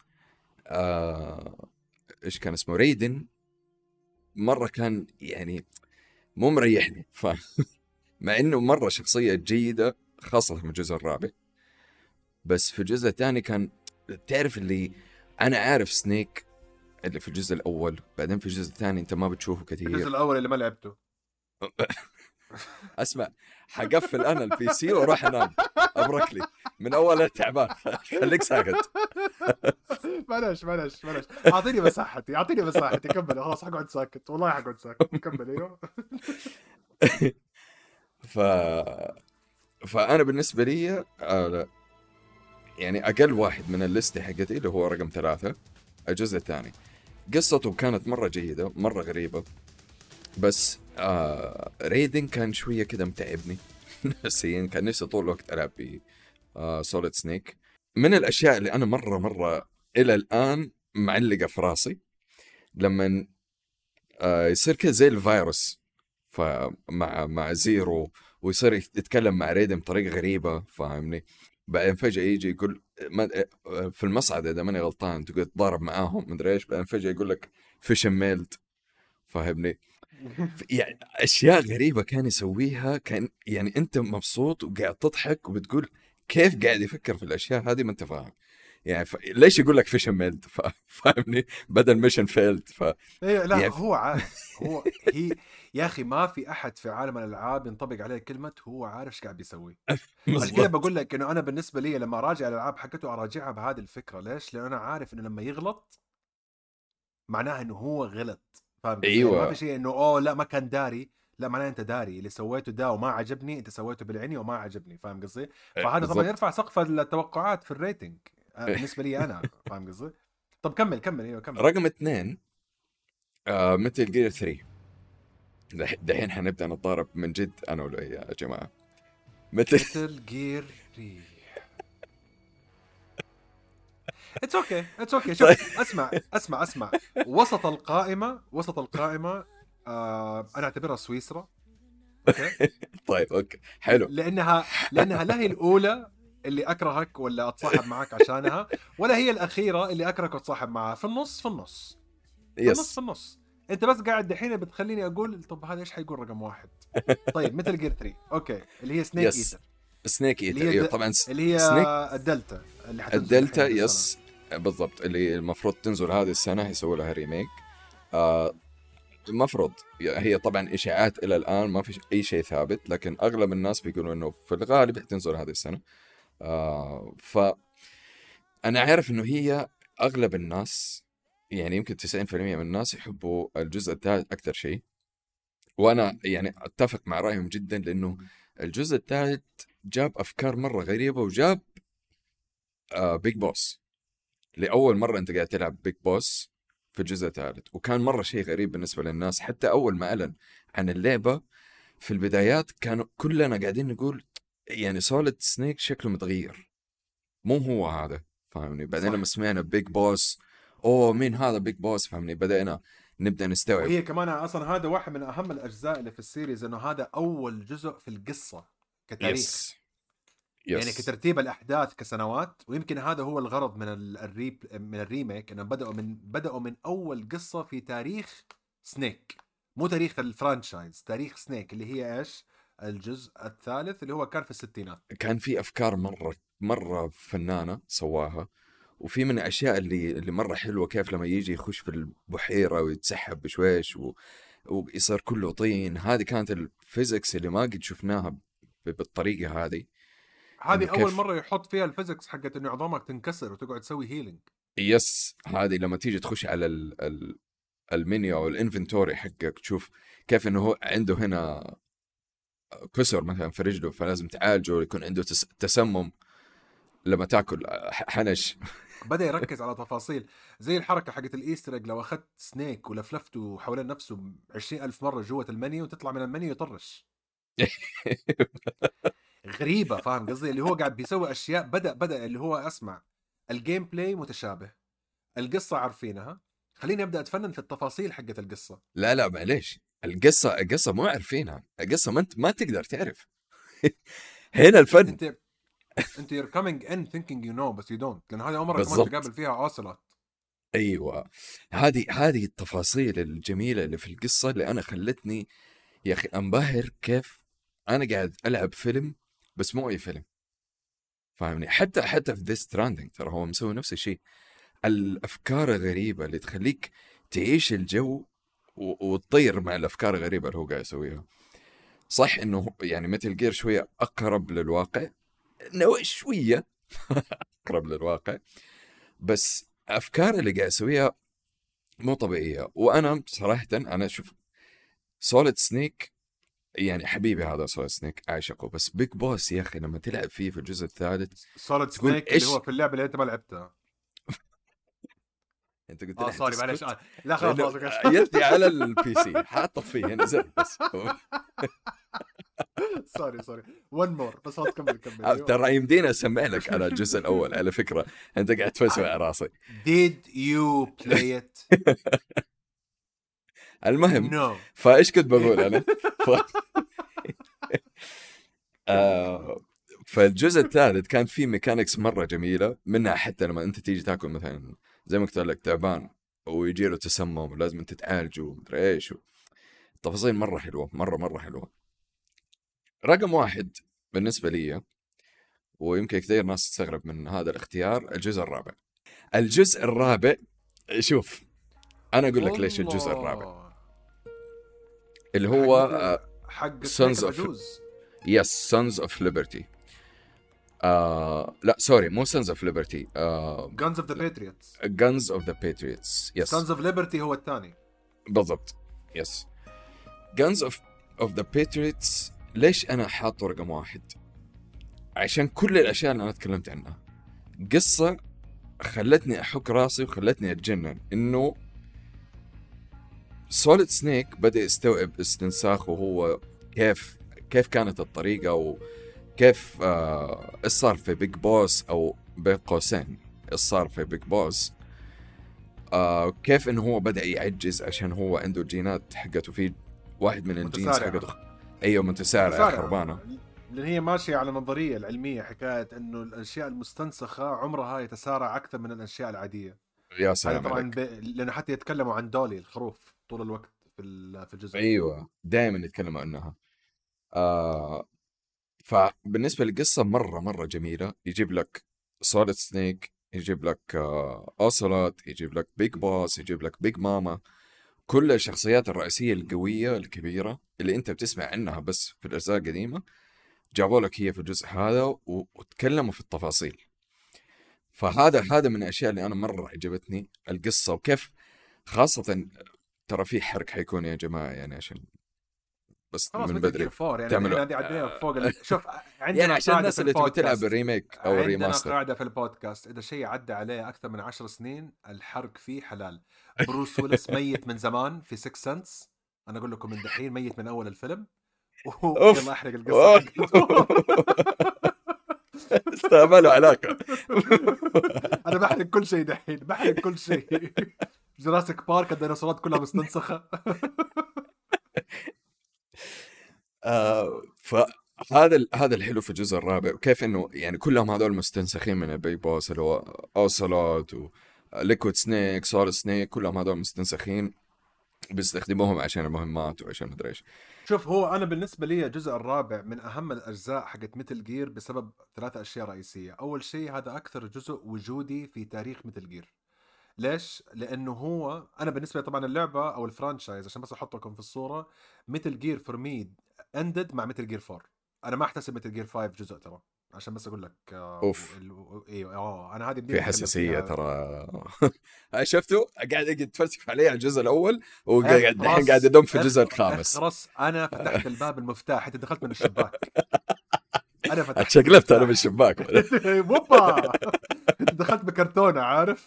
Speaker 1: ايش كان اسمه، ريدن، مره كان يعني مو مريحني. مع انه مره شخصيه جيده خاصه في الجزء الرابع، بس في الجزء الثاني كان تعرف اللي انا عارف سنيك اللي في الجزء الاول، بعدين في الجزء الثاني انت ما بتشوفه
Speaker 2: الجزء
Speaker 1: كثير.
Speaker 2: الاول اللي ما لعبته.
Speaker 1: اسمع، حقفل انا البي سي واروح انام، ابرك لي من اول تعبان. خليك ساكت.
Speaker 2: معلش معلش معلش، اعطيني مساحتي اعطيني مساحتي. كمل خلاص، حقعد ساكت والله حقعد ساكت. كمل. ايوه.
Speaker 1: ف فانا بالنسبه لي يعني اقل واحد من الليسته حقتي اللي هو رقم 3 الجزء الثاني. قصته كانت مره جيده مره غريبه، بس ريدن كان شويه كده متعبني نفسيا. كان نفسي طول الوقت العب ب سوليد سنيك. من الاشياء اللي انا مره الى الان معلقه في راسي، لما يصير كذا زي الفيروس مع زيرو، ويصير يتكلم مع ريدن بطريقه غريبه، فاهمني؟ بعدين فجاه يجي يقول في المصعد اذا ماني غلطان تقول تضارب معاهم مدري ايش، بعدين فجاه يقول لك فيش ميلد، فاهمني؟ يعني اشياء غريبه كان يسويها، كان يعني انت مبسوط وقاعد تضحك وبتقول كيف قاعد يفكر في الاشياء هذه، ما انت فاهم يعني. ليش يقول لك فيشن ميلد؟ فاهمني؟ بدل ميشن فيلد.
Speaker 2: ايه لا
Speaker 1: يعني
Speaker 2: هو عارف. هو هي يا اخي ما في احد في عالم الالعاب ينطبق عليه كلمه هو عارف ايش قاعد بيسوي. عشان كذا
Speaker 1: بالضبط.
Speaker 2: بقول لك انه انا بالنسبه لي لما اراجع الالعاب حقته اراجعها بهذه الفكره. ليش؟ لانه انا عارف انه لما يغلط معناها انه هو غلط. فاهم قصدي؟ يعني ما في
Speaker 1: ايوه
Speaker 2: شيء انه اوه لا ما كان داري. لا معناه انت داري اللي سويته ده وما عجبني، انت سويته بالعيني وما عجبني. فاهم قصدي؟ فهذا طبعا
Speaker 1: بالضبط.
Speaker 2: يرفع سقف التوقعات في الريتنج بالنسبه لي انا. فاهم قصدي؟ طب كمل كمل. ايوه كمل.
Speaker 1: رقم 2 مثل جير 3. دحين حنبدا نتضارب من جد انا ولا يا جماعه. مثل
Speaker 2: متل جير 3. اتس اوكي اتس اوكي. شوف
Speaker 1: طيب.
Speaker 2: اسمع اسمع اسمع. وسط القائمه وسط القائمه انا اعتبرها سويسرا. اوكي.
Speaker 1: طيب اوكي حلو.
Speaker 2: لانها لا هي الاولى اللي اكرهك ولا اتصاحب معك عشانها، ولا هي الاخيره اللي اكرهك واتصاحب معها. في النص في النص في النص في
Speaker 1: يس.
Speaker 2: النص. انت بس قاعد دحين بتخليني اقول طب هذا ايش حيقول رقم واحد. طيب مثل جير 3 اوكي اللي هي سنيك
Speaker 1: يس
Speaker 2: ايتر.
Speaker 1: سنيك
Speaker 2: اللي
Speaker 1: ايتر،
Speaker 2: هي
Speaker 1: ايوه طبعا.
Speaker 2: اللي هي
Speaker 1: سنيك
Speaker 2: الدلتا اللي حتنزل دحين
Speaker 1: الدلتا،
Speaker 2: هذه السنه.
Speaker 1: يس بالضبط، اللي المفروض تنزل هذه السنه، يسوي لها ريميك. آه المفروض. هي طبعا اشاعات الى الان، ما في اي شيء ثابت، لكن اغلب الناس بيقولوا انه في الغالب حتنزل هذه السنه. فانا عارف انه هي اغلب الناس، يعني يمكن 90% من الناس يحبوا الجزء الثالث اكثر شيء، وانا يعني اتفق مع رايهم جدا، لانه الجزء الثالث جاب افكار مره غريبه، وجاب بيج بوس. لاول مره انت قاعد تلعب بيج بوس في الجزء الثالث، وكان مره شيء غريب بالنسبه للناس. حتى اول ما اعلن عن اللعبه في البدايات كانوا كلنا قاعدين نقول يعني سوليد سنيك شكله متغير، مو هو هذا، فاهمني؟ بعدين لما
Speaker 2: صح.
Speaker 1: سمعنا بيج بوس، اوه مين هذا بيج بوس، فاهمني؟ بدأنا نبدأ نستوعب.
Speaker 2: وهي كمان اصلا هذا واحد من اهم الاجزاء اللي في السيريز، انه هذا اول جزء في القصه كتاريخ،
Speaker 1: يس
Speaker 2: يعني
Speaker 1: يس.
Speaker 2: كترتيب الاحداث كسنوات. ويمكن هذا هو الغرض من من الريميك، انه بداوا من اول قصه في تاريخ سنيك، مو تاريخ الفرانشايز، تاريخ سنيك اللي هي ايش؟ الجزء الثالث اللي هو كان في الستينات.
Speaker 1: كان في افكار مرة فنانة سواها، وفي من الاشياء اللي مرة حلوة، كيف لما يجي يخش في البحيرة ويتسحب بشويش ويصير كله طين. هذه كانت الفيزيكس اللي ما قد شفناها بالطريقة هذه. انه
Speaker 2: هذه اول
Speaker 1: كيف،
Speaker 2: مره يحط فيها الفيزكس حقت انه عظامك تنكسر وتقعد تسوي هيلينج.
Speaker 1: يس، هذه لما تيجي تخش على المنيو او الانفنتوري حقك، تشوف كيف انه هو عنده هنا كسر مثلا في رجله، فلازم تعالجه، يكون عنده تسمم لما تاكل حنش.
Speaker 2: بدأ يركز على تفاصيل، زي الحركة حقت الإيستر إيج، لو أخذت سنيك ولفلفته حوالين نفسه 20,000 مرة جوة المنيو وتطلع من المنيو يطرش. غريبة، فاهم قصدي؟ اللي هو قاعد بيسوي أشياء، بدأ اللي هو أسمع الجيم بلاي متشابه، القصة عارفينها، خليني أبدأ أتفنن في التفاصيل حقت القصة.
Speaker 1: لا لا معليش، القصة مو عارفينها، القصة ما تقدر تعرف. هنا الفن.
Speaker 2: أنت أنت you're coming in thinking you know بس you don't، لأن هذه أول مرة كمان
Speaker 1: بالضبط.
Speaker 2: تقابل فيها عاصلات.
Speaker 1: ايوه، هذه التفاصيل الجميلة اللي في القصة اللي انا خلتني يا اخي انبهر، كيف انا قاعد العب فيلم بس مو اي فيلم، فاهمني؟ حتى في ذا ستراندنج ترى هو مسوي نفس الشيء. الافكار الغريبه اللي تخليك تعيش الجو وتطير مع الافكار الغريبه اللي هو قاعد يسويها. صح انه يعني مثل جير شويه اقرب للواقع، شويه اقرب للواقع، بس افكار اللي قاعد يسويها مو طبيعيه. وانا صراحه انا اشوف سوليد سنيك، يعني حبيبي هذا سوليد سنيك اعشقه، بس بيج بوس يا اخي لما تلعب فيه في الجزء الثالث
Speaker 2: سوليد
Speaker 1: تقول
Speaker 2: سنيك اللي هو
Speaker 1: ايش.
Speaker 2: في اللعبة اللي أنت ما لعبتها.
Speaker 1: انت قلت
Speaker 2: اه
Speaker 1: لي
Speaker 2: سوري معلش
Speaker 1: تسكت،
Speaker 2: لا خلاص
Speaker 1: لانه
Speaker 2: خلاص أوكي.
Speaker 1: يدي على البي سي حاطه فيه هنا زر بس.
Speaker 2: سوري ون مور بس، خلاص كمل ايوه.
Speaker 1: ترى يمدينا اسمع لك على الجزء الاول على فكره، انت قاعد تفسوي على راسي.
Speaker 2: Did you play it?
Speaker 1: المهم،
Speaker 2: No.
Speaker 1: فايش كنت بقول انا؟ آه... فالجزء الثالث كان فيه ميكانكس مره جميله، منها حتى لما انت تيجي تاكل مثلا زي ما قلت لك تعبان ويجي له تسمم ولازم انت تعالجه ومدري ايش، تفاصيل مره حلوه، مره حلوه. رقم واحد بالنسبه لي، ويمكن كثير ناس تستغرب من هذا الاختيار، الجزء الرابع. الجزء الرابع، شوف انا اقول لك ليش الجزء الرابع،
Speaker 2: الله.
Speaker 1: اللي هو
Speaker 2: حق حق سنيك
Speaker 1: Sons of
Speaker 2: العجوز.
Speaker 1: Sons of Liberty. لا سوري، مو Sons of Liberty.
Speaker 2: Guns of the Patriots.
Speaker 1: Guns of the Patriots.
Speaker 2: Sons
Speaker 1: يس
Speaker 2: of Liberty هو الثاني.
Speaker 1: بالضبط. يس. Guns of the Patriots. ليش انا حاطه رقم واحد؟ عشان كل الاشياء اللي انا تكلمت عنها. قصة خلتني احك راسي وخلتني اتجنن، انه سوليد سنيك بدأ يستوعب استنساخه هو، كيف كانت الطريقة، وكيف ايش صار في بيج بوس، او بين قوسين ايش صار في بيج بوس. كيف انه هو بدأ يعجز عشان هو عنده الجينات حقته، في واحد من الجينز
Speaker 2: متسارعة.
Speaker 1: حقته ايوه متسارعة خربانة.
Speaker 2: لان هي ماشيه على النظريه العلميه، حكايه انه الاشياء المستنسخه عمرها يتسارع اكثر من الاشياء العاديه.
Speaker 1: يا
Speaker 2: هذا
Speaker 1: سلام
Speaker 2: طبعا
Speaker 1: عليك.
Speaker 2: لانه حتى يتكلموا عن دولي الخروف طول الوقت في في الجزء.
Speaker 1: ايوه دائما يتكلموا عنها. آه فبالنسبة للقصة مرة جميلة، يجيب لك سوليد سنيك، يجيب لك أوسلوت، يجيب لك بيج بوس، يجيب لك بيج ماما، كل الشخصيات الرئيسية القوية الكبيرة اللي أنت بتسمع عنها بس في الأجزاء القديمة، جابوا لك هي في الجزء هذا وتكلموا في التفاصيل. فهذا من الأشياء اللي أنا مرة عجبتني القصة، وكيف خاصة ترى في حرق حيكون يا جماعة، يعني عشان بس
Speaker 2: خلاص
Speaker 1: من
Speaker 2: مثل جير
Speaker 1: بدري
Speaker 2: 4 يعني
Speaker 1: تعملوا
Speaker 2: احنا عدينا فوق شوف
Speaker 1: يعني
Speaker 2: عندنا
Speaker 1: عشان
Speaker 2: قاعده في
Speaker 1: الناس اللي تبي تلعب
Speaker 2: البودكاست،
Speaker 1: الريميك او
Speaker 2: عندنا
Speaker 1: الريماستر.
Speaker 2: قاعده في البودكاست اذا شيء عدى عليه اكثر من 10 سنين الحرق فيه حلال. بروس ويلس ميت من زمان في 6 سنس، انا اقول لكم من دحين ميت من اول الفيلم. يلا
Speaker 1: اوف.
Speaker 2: احرق القصه
Speaker 1: أوه.
Speaker 2: حقته.
Speaker 1: استقبلوا علاقة.
Speaker 2: انا بحرق كل شيء دحين، بحرق كل شيء. جراسيك بارك الديناصورات كلها مستنسخه.
Speaker 1: هذا الحلو في الجزء الرابع، وكيف انه يعني كلهم هذول مستنسخين من البيج بوس، اللي هو اوسلوت وليكويد سنيك، سول سنيك، كلهم هذول مستنسخين بيستخدموهم عشان المهمات وعشان مدري ايش.
Speaker 2: شوف، هو انا بالنسبه لي الجزء الرابع من اهم الاجزاء حقت ميتل جير بسبب ثلاثة اشياء رئيسيه. اول شيء هذا اكثر جزء وجودي في تاريخ ميتل جير. ليش؟ لانه هو انا بالنسبه لي طبعا اللعبه او الفرانشايز، عشان بس احطكم في الصوره، ميتل جير فور مي اندد مع ميتل جير 4. انا ما احتسب ميتل جير 5 جزء ترى، عشان بس اقول لك
Speaker 1: اوف،
Speaker 2: ايوه انا هذه بدي
Speaker 1: في
Speaker 2: اتكلم
Speaker 1: حساسية
Speaker 2: فيها.
Speaker 1: ترى. شفته قاعد يتفلسف علي على الجزء الاول، وقاعد الحين قاعد
Speaker 2: اخرس
Speaker 1: يدم في الجزء الخامس.
Speaker 2: اخرس، انا فتحت الباب المفتاح، انت دخلت من الشباك. انا فتحت
Speaker 1: اتشقلبت انا
Speaker 2: المفتاح.
Speaker 1: بالشباك.
Speaker 2: بوبا، انت دخلت بكرتونه عارف.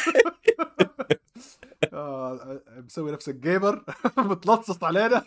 Speaker 2: مسوي نفسك جيمر. متلصص علينا.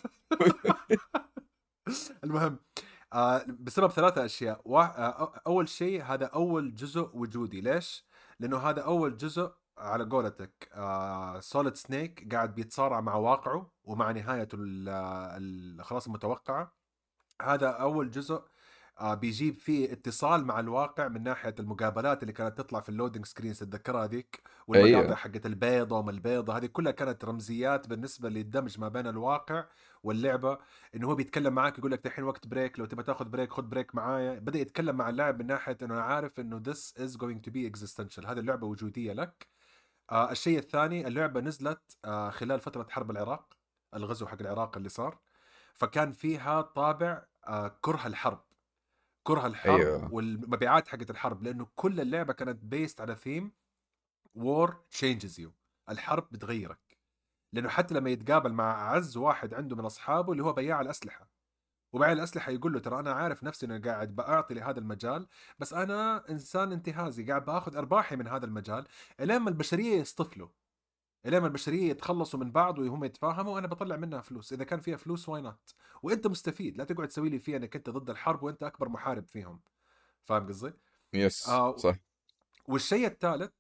Speaker 2: المهم، بسبب ثلاثة أشياء. أول شيء هذا أول جزء وجودي. ليش؟ لأنه هذا أول جزء على قولتك سوليد سنيك قاعد بيتصارع مع واقعه ومع نهايته خلاص المتوقعة. هذا أول جزء بيجيب فيه اتصال مع الواقع من ناحية المقابلات اللي كانت تطلع في اللودينج سكرينز، تتذكرها ذيك؟ والمقاطع
Speaker 1: ايوه.
Speaker 2: حقت البيضة وما البيضة، هذه كلها كانت رمزيات بالنسبة للدمج ما بين الواقع واللعبة. انه هو بيتكلم معك يقول لك دحين وقت بريك، لو تبغى تاخذ بريك خذ بريك معايا. بدأ يتكلم مع اللاعب من ناحية انه انا عارف انه this is going to be existential، هذه اللعبة وجودية لك. الشيء الثاني، اللعبة نزلت خلال فترة حرب العراق، الغزو حق العراق اللي صار، فكان فيها طابع كره الحرب، كره الحرب
Speaker 1: ايوه.
Speaker 2: والمبيعات حقت الحرب، لانه كل اللعبه كانت بيست على ثيم وور تشينجز يو، الحرب بتغيرك. لانه حتى لما يتقابل مع اعز واحد عنده من اصحابه اللي هو بياع الاسلحه، وبياع الاسلحه يقول له ترى انا عارف نفسي اني قاعد باعطي لهذا المجال، بس انا انسان انتهازي قاعد باخذ ارباحي من هذا المجال الين ما البشريه يصطفلوا، الين ما البشريه يتخلصوا من بعض وهم يتفاهموا، وانا بطلع منها فلوس. اذا كان فيها فلوس واي نوت، وانت مستفيد. لا تقعد تسوي لي فيها انك انت ضد الحرب وانت اكبر محارب فيهم. فاهم قصدي؟
Speaker 1: يس
Speaker 2: آه
Speaker 1: صح.
Speaker 2: والشيء الثالث،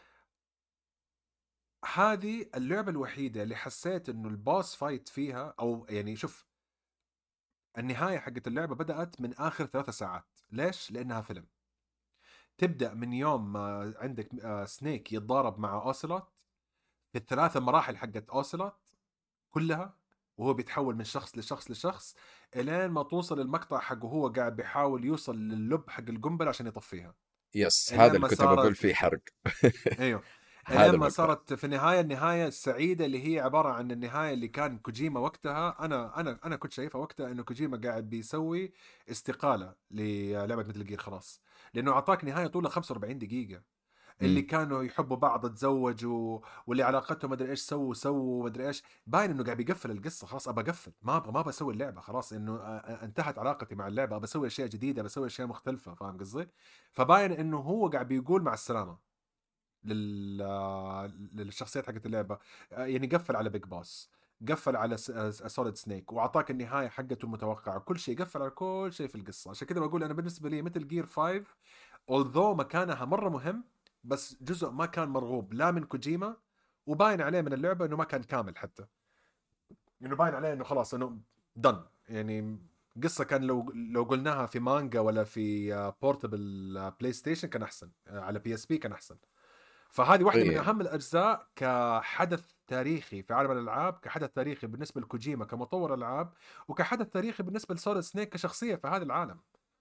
Speaker 2: هذه اللعبة الوحيدة اللي حسيت انه الباس فايت فيها، او يعني شوف، النهاية حقت اللعبة بدأت من آخر 3 ساعات. ليش؟ لأنها فيلم. تبدأ من يوم ما عندك سنيك يتضارب مع أوسلوت في ال3 مراحل حقت أوسلوت كلها، وهو بيتحول من شخص لشخص لشخص، الين ما توصل المقطع حقه هو قاعد بيحاول يوصل للب حق القنبلة عشان يطفيها.
Speaker 1: يس،
Speaker 2: الين
Speaker 1: هذا اللي
Speaker 2: ما
Speaker 1: كنت بقول
Speaker 2: صارت،
Speaker 1: فيه حرق.
Speaker 2: ايوه، الين
Speaker 1: هذا
Speaker 2: ما
Speaker 1: المقطع.
Speaker 2: صارت في النهايه، النهايه السعيده اللي هي عباره عن النهايه اللي كان كوجيما وقتها، انا كنت شايفها وقتها انه كوجيما قاعد بيسوي استقاله للعبه مثل جير خلاص، لانه اعطاك نهايه طولها 45 دقيقه. اللي
Speaker 1: مم.
Speaker 2: كانوا يحبوا بعض تزوجوا، واللي علاقتهم مدري ايش سووا مدري ايش، باين انه قاعد بيقفل القصه خلاص. ابى اقفل، ما بسوي اللعبه خلاص، انه انتهت علاقتي مع اللعبه، ابى اسوي اشياء جديده، بسوي اشياء مختلفه. فاهم قصدي؟ فباين انه هو قاعد بيقول مع السلامه لل... للشخصيات حقت اللعبه. يعني قفل على بيج باس، قفل على سوليد سنيك، واعطاك النهايه حقته المتوقعه، كل شيء قفل على كل شيء في القصه. عشان كذا بقول انا بالنسبه لي مثل جير 5 although مكانها مره مهم، بس جزء ما كان مرغوب لا من كوجيما، وباين عليه من اللعبه انه ما كان كامل حتى، انه باين عليه انه خلاص انه دن يعني. قصة كان لو قلناها في مانجا ولا في بورتبل بلاي ستيشن كان احسن، على بي اس بي كان احسن. فهذه واحدة من
Speaker 1: ايه.
Speaker 2: أهم الأجزاء كحدث تاريخي في عالم الألعاب، كحدث تاريخي بالنسبة لكوجيما كمطور ألعاب، وكحدث تاريخي بالنسبة لسوليد سنيك كشخصية في هذا العالم.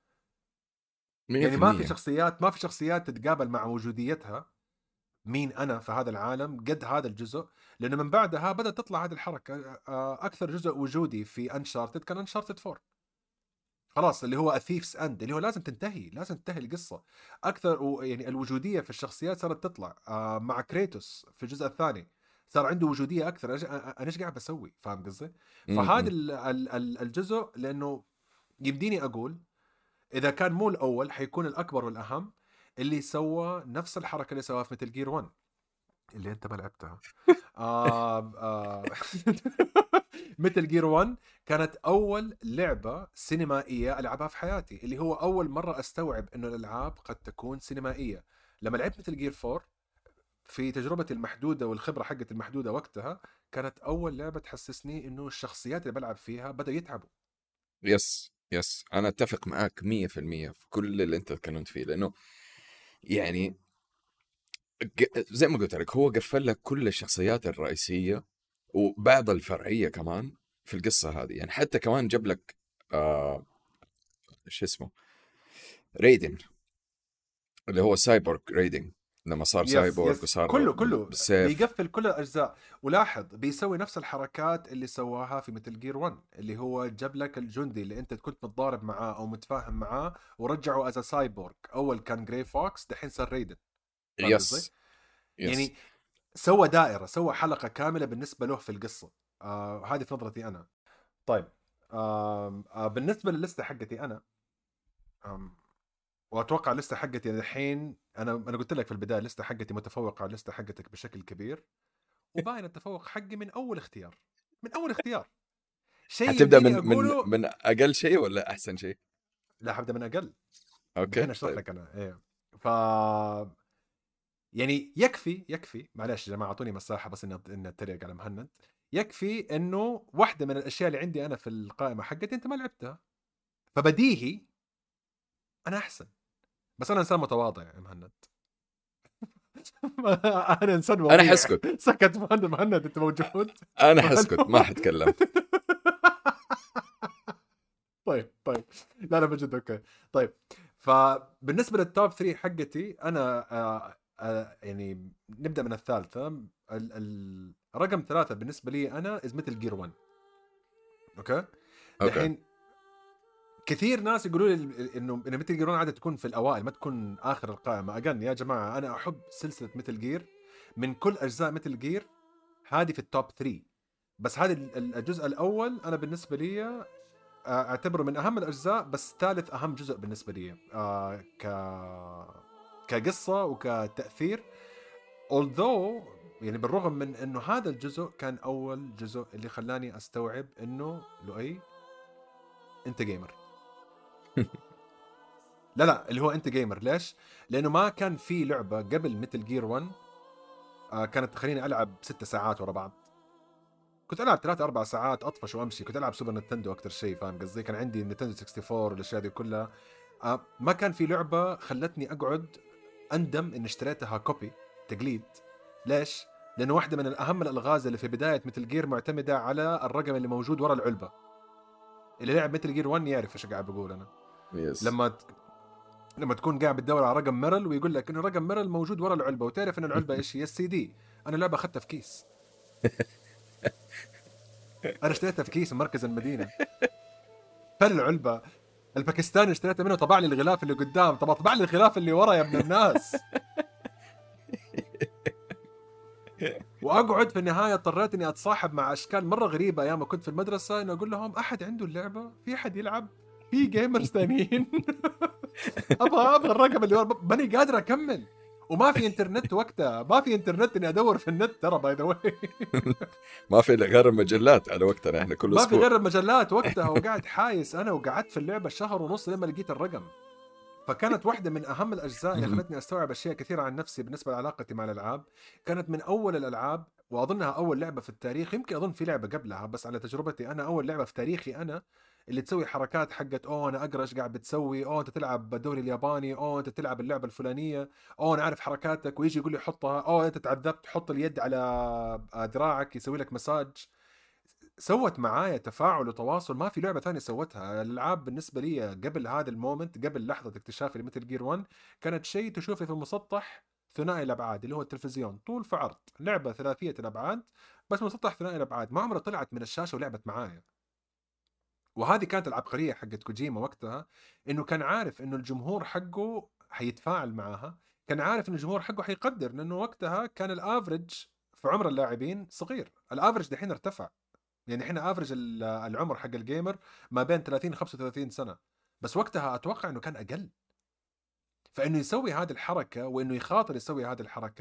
Speaker 2: يعني ما في
Speaker 1: 100%.
Speaker 2: شخصيات، ما في شخصيات تتقابل مع وجوديتها مين أنا في هذا العالم قد هذا الجزء. لأنه من بعدها بدأت تطلع هذه الحركة. أكثر جزء وجودي في أنشارتد كان أنشارتد 4، خلاص اللي هو ثيفز اند، اللي هو لازم تنتهي، لازم تنتهي القصه. اكثر يعني الوجوديه في الشخصيات صارت تطلع مع كريتوس في الجزء الثاني، صار عنده وجوديه اكثر. انا ايش قاعد بسوي؟ فاهم قصدي؟ فهذا
Speaker 1: م-م.
Speaker 2: الجزء، لانه يمديني اقول اذا كان مو الاول حيكون الاكبر والاهم، اللي سوى نفس الحركه اللي سواها في متل جير 1 اللي انت ما لعبتها. آه آه متل جير 1 كانت اول لعبه سينمائيه العبها في حياتي، اللي هو اول مره استوعب انه الالعاب قد تكون سينمائيه. لما لعبت متل جير 4 في تجربتي المحدوده والخبره حقتي المحدوده وقتها، كانت اول لعبه تحسسني انه الشخصيات اللي بلعب فيها بدأوا يتعبوا.
Speaker 1: يس يس، انا اتفق معاك 100% في كل اللي انت تكلمت فيه، لانه يعني زي ما قلت لك، هو قفل لك كل الشخصيات الرئيسيه وبعض الفرعيه كمان في القصه هذه. يعني حتى كمان جاب لك آه شو اسمه، ريدن، اللي هو سايبورغ ريدن، لما صار
Speaker 2: يس
Speaker 1: سايبورغ
Speaker 2: يس،
Speaker 1: وصار
Speaker 2: كله
Speaker 1: بالسيف.
Speaker 2: بيقفل كل الاجزاء. ولاحظ بيسوي نفس الحركات اللي سواها في متل جير 1، اللي هو جاب لك الجندي اللي انت كنت متضارب معاه او متفاهم معاه ورجعه از سايبورغ. اول كان جراي فوكس، دحين صار ريدن. فاهم قصدي؟
Speaker 1: يس يس.
Speaker 2: يعني سوى دائره، سوى حلقه كامله بالنسبه له في القصه. هذه في نظرتي انا. طيب، بالنسبه لللسته حقتي انا، واتوقع اللسته حقتي الحين، انا قلت لك في البدايه اللسته حقتي متفوقه على اللسته حقتك بشكل كبير، وباين التفوق حقي من اول اختيار. من اول اختيار شيء
Speaker 1: حتبدا
Speaker 2: يمديني
Speaker 1: من
Speaker 2: اقوله.
Speaker 1: من اقل شيء ولا احسن شيء؟
Speaker 2: لا، حبدا من اقل.
Speaker 1: اوكي
Speaker 2: دحين اشرح
Speaker 1: طيب.
Speaker 2: لك انا ايه. ف يعني يكفي معلش يا جماعه، اعطوني مساحه بس اني اتريق على مهند. يكفي انه واحده من الاشياء اللي عندي انا في القائمه حقتي انت ما لعبتها، فبديهي انا احسن. بس انا انسان متواضع يا مهند. انا انسان
Speaker 1: انا
Speaker 2: وضيع.
Speaker 1: حسكت،
Speaker 2: سكت مهند. مهند انت موجود؟
Speaker 1: انا
Speaker 2: مهند.
Speaker 1: حسكت ما حتكلم.
Speaker 2: طيب، لا بجد اوكي. طيب، فبالنسبه للتوب 3 حقتي انا، يعني نبدا من الثالثه. الرقم ثلاثة بالنسبه لي انا از متل جير 1. اوكي.
Speaker 1: اوكي
Speaker 2: دحين كثير ناس يقولوا لي انه متل جير 1 عاده تكون في الاوائل، ما تكون اخر القائمه. اجن يا جماعه، انا احب سلسله متل جير. من كل اجزاء متل جير هذه في التوب 3. بس هذه الجزء الاول انا بالنسبه لي اعتبره من اهم الاجزاء، بس ثالث اهم جزء بالنسبه لي كقصه وكتاثير. although يعني بالرغم من انه هذا الجزء كان اول جزء اللي خلاني استوعب انه لؤي انت جيمر. لا اللي هو انت جيمر. ليش؟ لانه ما كان في لعبه قبل متل جير 1 كانت تخليني العب 6 ساعات ورا بعض. كنت العب 3 4 ساعات اطفش وامشي. كنت العب سوبر نينتندو اكثر شيء، فاهم قصدي؟ كان عندي نينتندو 64 والاشياء دي كلها. ما كان في لعبه خلتني اقعد اندم اني اشتريتها كوبي تقليد. ليش؟ لانه واحده من اهم الالغاز اللي في بدايه متل جير معتمده على الرقم اللي موجود ورا العلبه. اللي لعب متل جير 1 يعرف ايش قاعد بقول انا.
Speaker 1: يس.
Speaker 2: لما تكون قاعد بتدور على رقم ميرل ويقول لك انه رقم ميرل موجود ورا العلبه، وتعرف ان العلبه ايش هي؟ السي دي. انا اللعبه اخذتها في كيس. انا اشتريتها في كيس من مركز المدينه. فالعلبه الباكستاني اشتريتها منه، طبع لي الغلاف اللي قدام. طب اطبع لي الغلاف اللي ورا يا ابن الناس. واقعد في النهايه اضطريت اني اتصاحب مع اشكال مره غريبه ايام ما كنت في المدرسه، انه اقول لهم احد عنده اللعبه؟ في احد يلعب؟ في جيمرز ثانيين؟ ابغى الرقم اللي ورا. ماني قادر اكمل. وما في انترنت وقتها، ما في انترنت اني ادور في النت ترى، باي ذا واي.
Speaker 1: ما في إلا غير المجلات على وقتنا احنا كل
Speaker 2: ما في
Speaker 1: اسبوع.
Speaker 2: غير المجلات وقتها. وقاعد حايس انا، وقعدت في اللعبه شهر ونص لما لقيت الرقم. فكانت واحدة من أهم الأجزاء اللي خلتني أستوعب أشياء كثيرة عن نفسي بالنسبة لعلاقتي مع الألعاب. كانت من أول الألعاب، وأظنها أول لعبة في التاريخ. يمكن أظن في لعبة قبلها، بس على تجربتي أنا أول لعبة في تاريخي أنا اللي تسوي حركات حقت أوه أنا أقرأ إيش قاعد بتسوي، أوه أنت تلعب الدوري الياباني، أوه أنت تلعب اللعبة الفلانية، أوه أنا عارف حركاتك. ويجي يقول لي حطها، أوه أنت تعذبت، حط اليد على دراعك يسوي لك مساج. سوت معايا تفاعل وتواصل ما في لعبة ثانية سوتها. الألعاب بالنسبة لي قبل هذا المومنت، قبل لحظة اكتشافي لمثل جير 1، كانت شيء تشوفه في مسطح ثنائي الأبعاد اللي هو التلفزيون، طول في عرض لعبة ثلاثية الأبعاد، بس مسطح ثنائي الأبعاد. ما عمرها طلعت من الشاشة ولعبت معايا. وهذه كانت العبقرية حقت كوجيما وقتها، إنه كان عارف إنه الجمهور حقه حيتفاعل معاها. كان عارف إنه الجمهور حقه حيقدر، لأنه وقتها كان الافرج في عمر اللاعبين صغير. الافرج دحين ارتفع. يعني احنا افرج العمر حق الجيمر ما بين 30 و 35 سنه، بس وقتها اتوقع انه كان اقل. فانه يسوي هذه الحركه، وانه يخاطر يسوي هذه الحركه،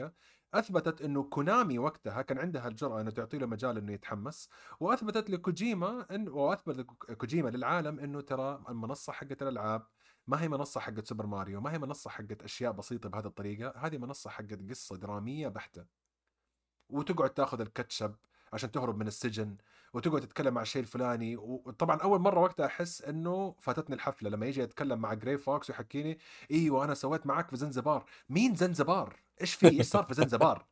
Speaker 2: اثبتت انه كونامي وقتها كان عندها الجرأة انه تعطي له مجال انه يتحمس، واثبتت لكوجيما واثبت كوجيما للعالم انه ترى المنصة حقت الالعاب ما هي منصة حقت سوبر ماريو، ما هي منصة حقت اشياء بسيطة بهذه الطريقة، هذه منصة حقت قصة درامية بحتة، وتقعد تاخذ الكاتشب عشان تهرب من السجن، وتقعد تتكلم مع الشيء الفلاني. وطبعا اول مره وقتها احس انه فاتتني الحفله لما يجي يتكلم مع جراي فوكس ويحكيني ايوه انا سويت معك في زنزبار. مين زنزبار؟ ايش في ايش صار في زنزبار؟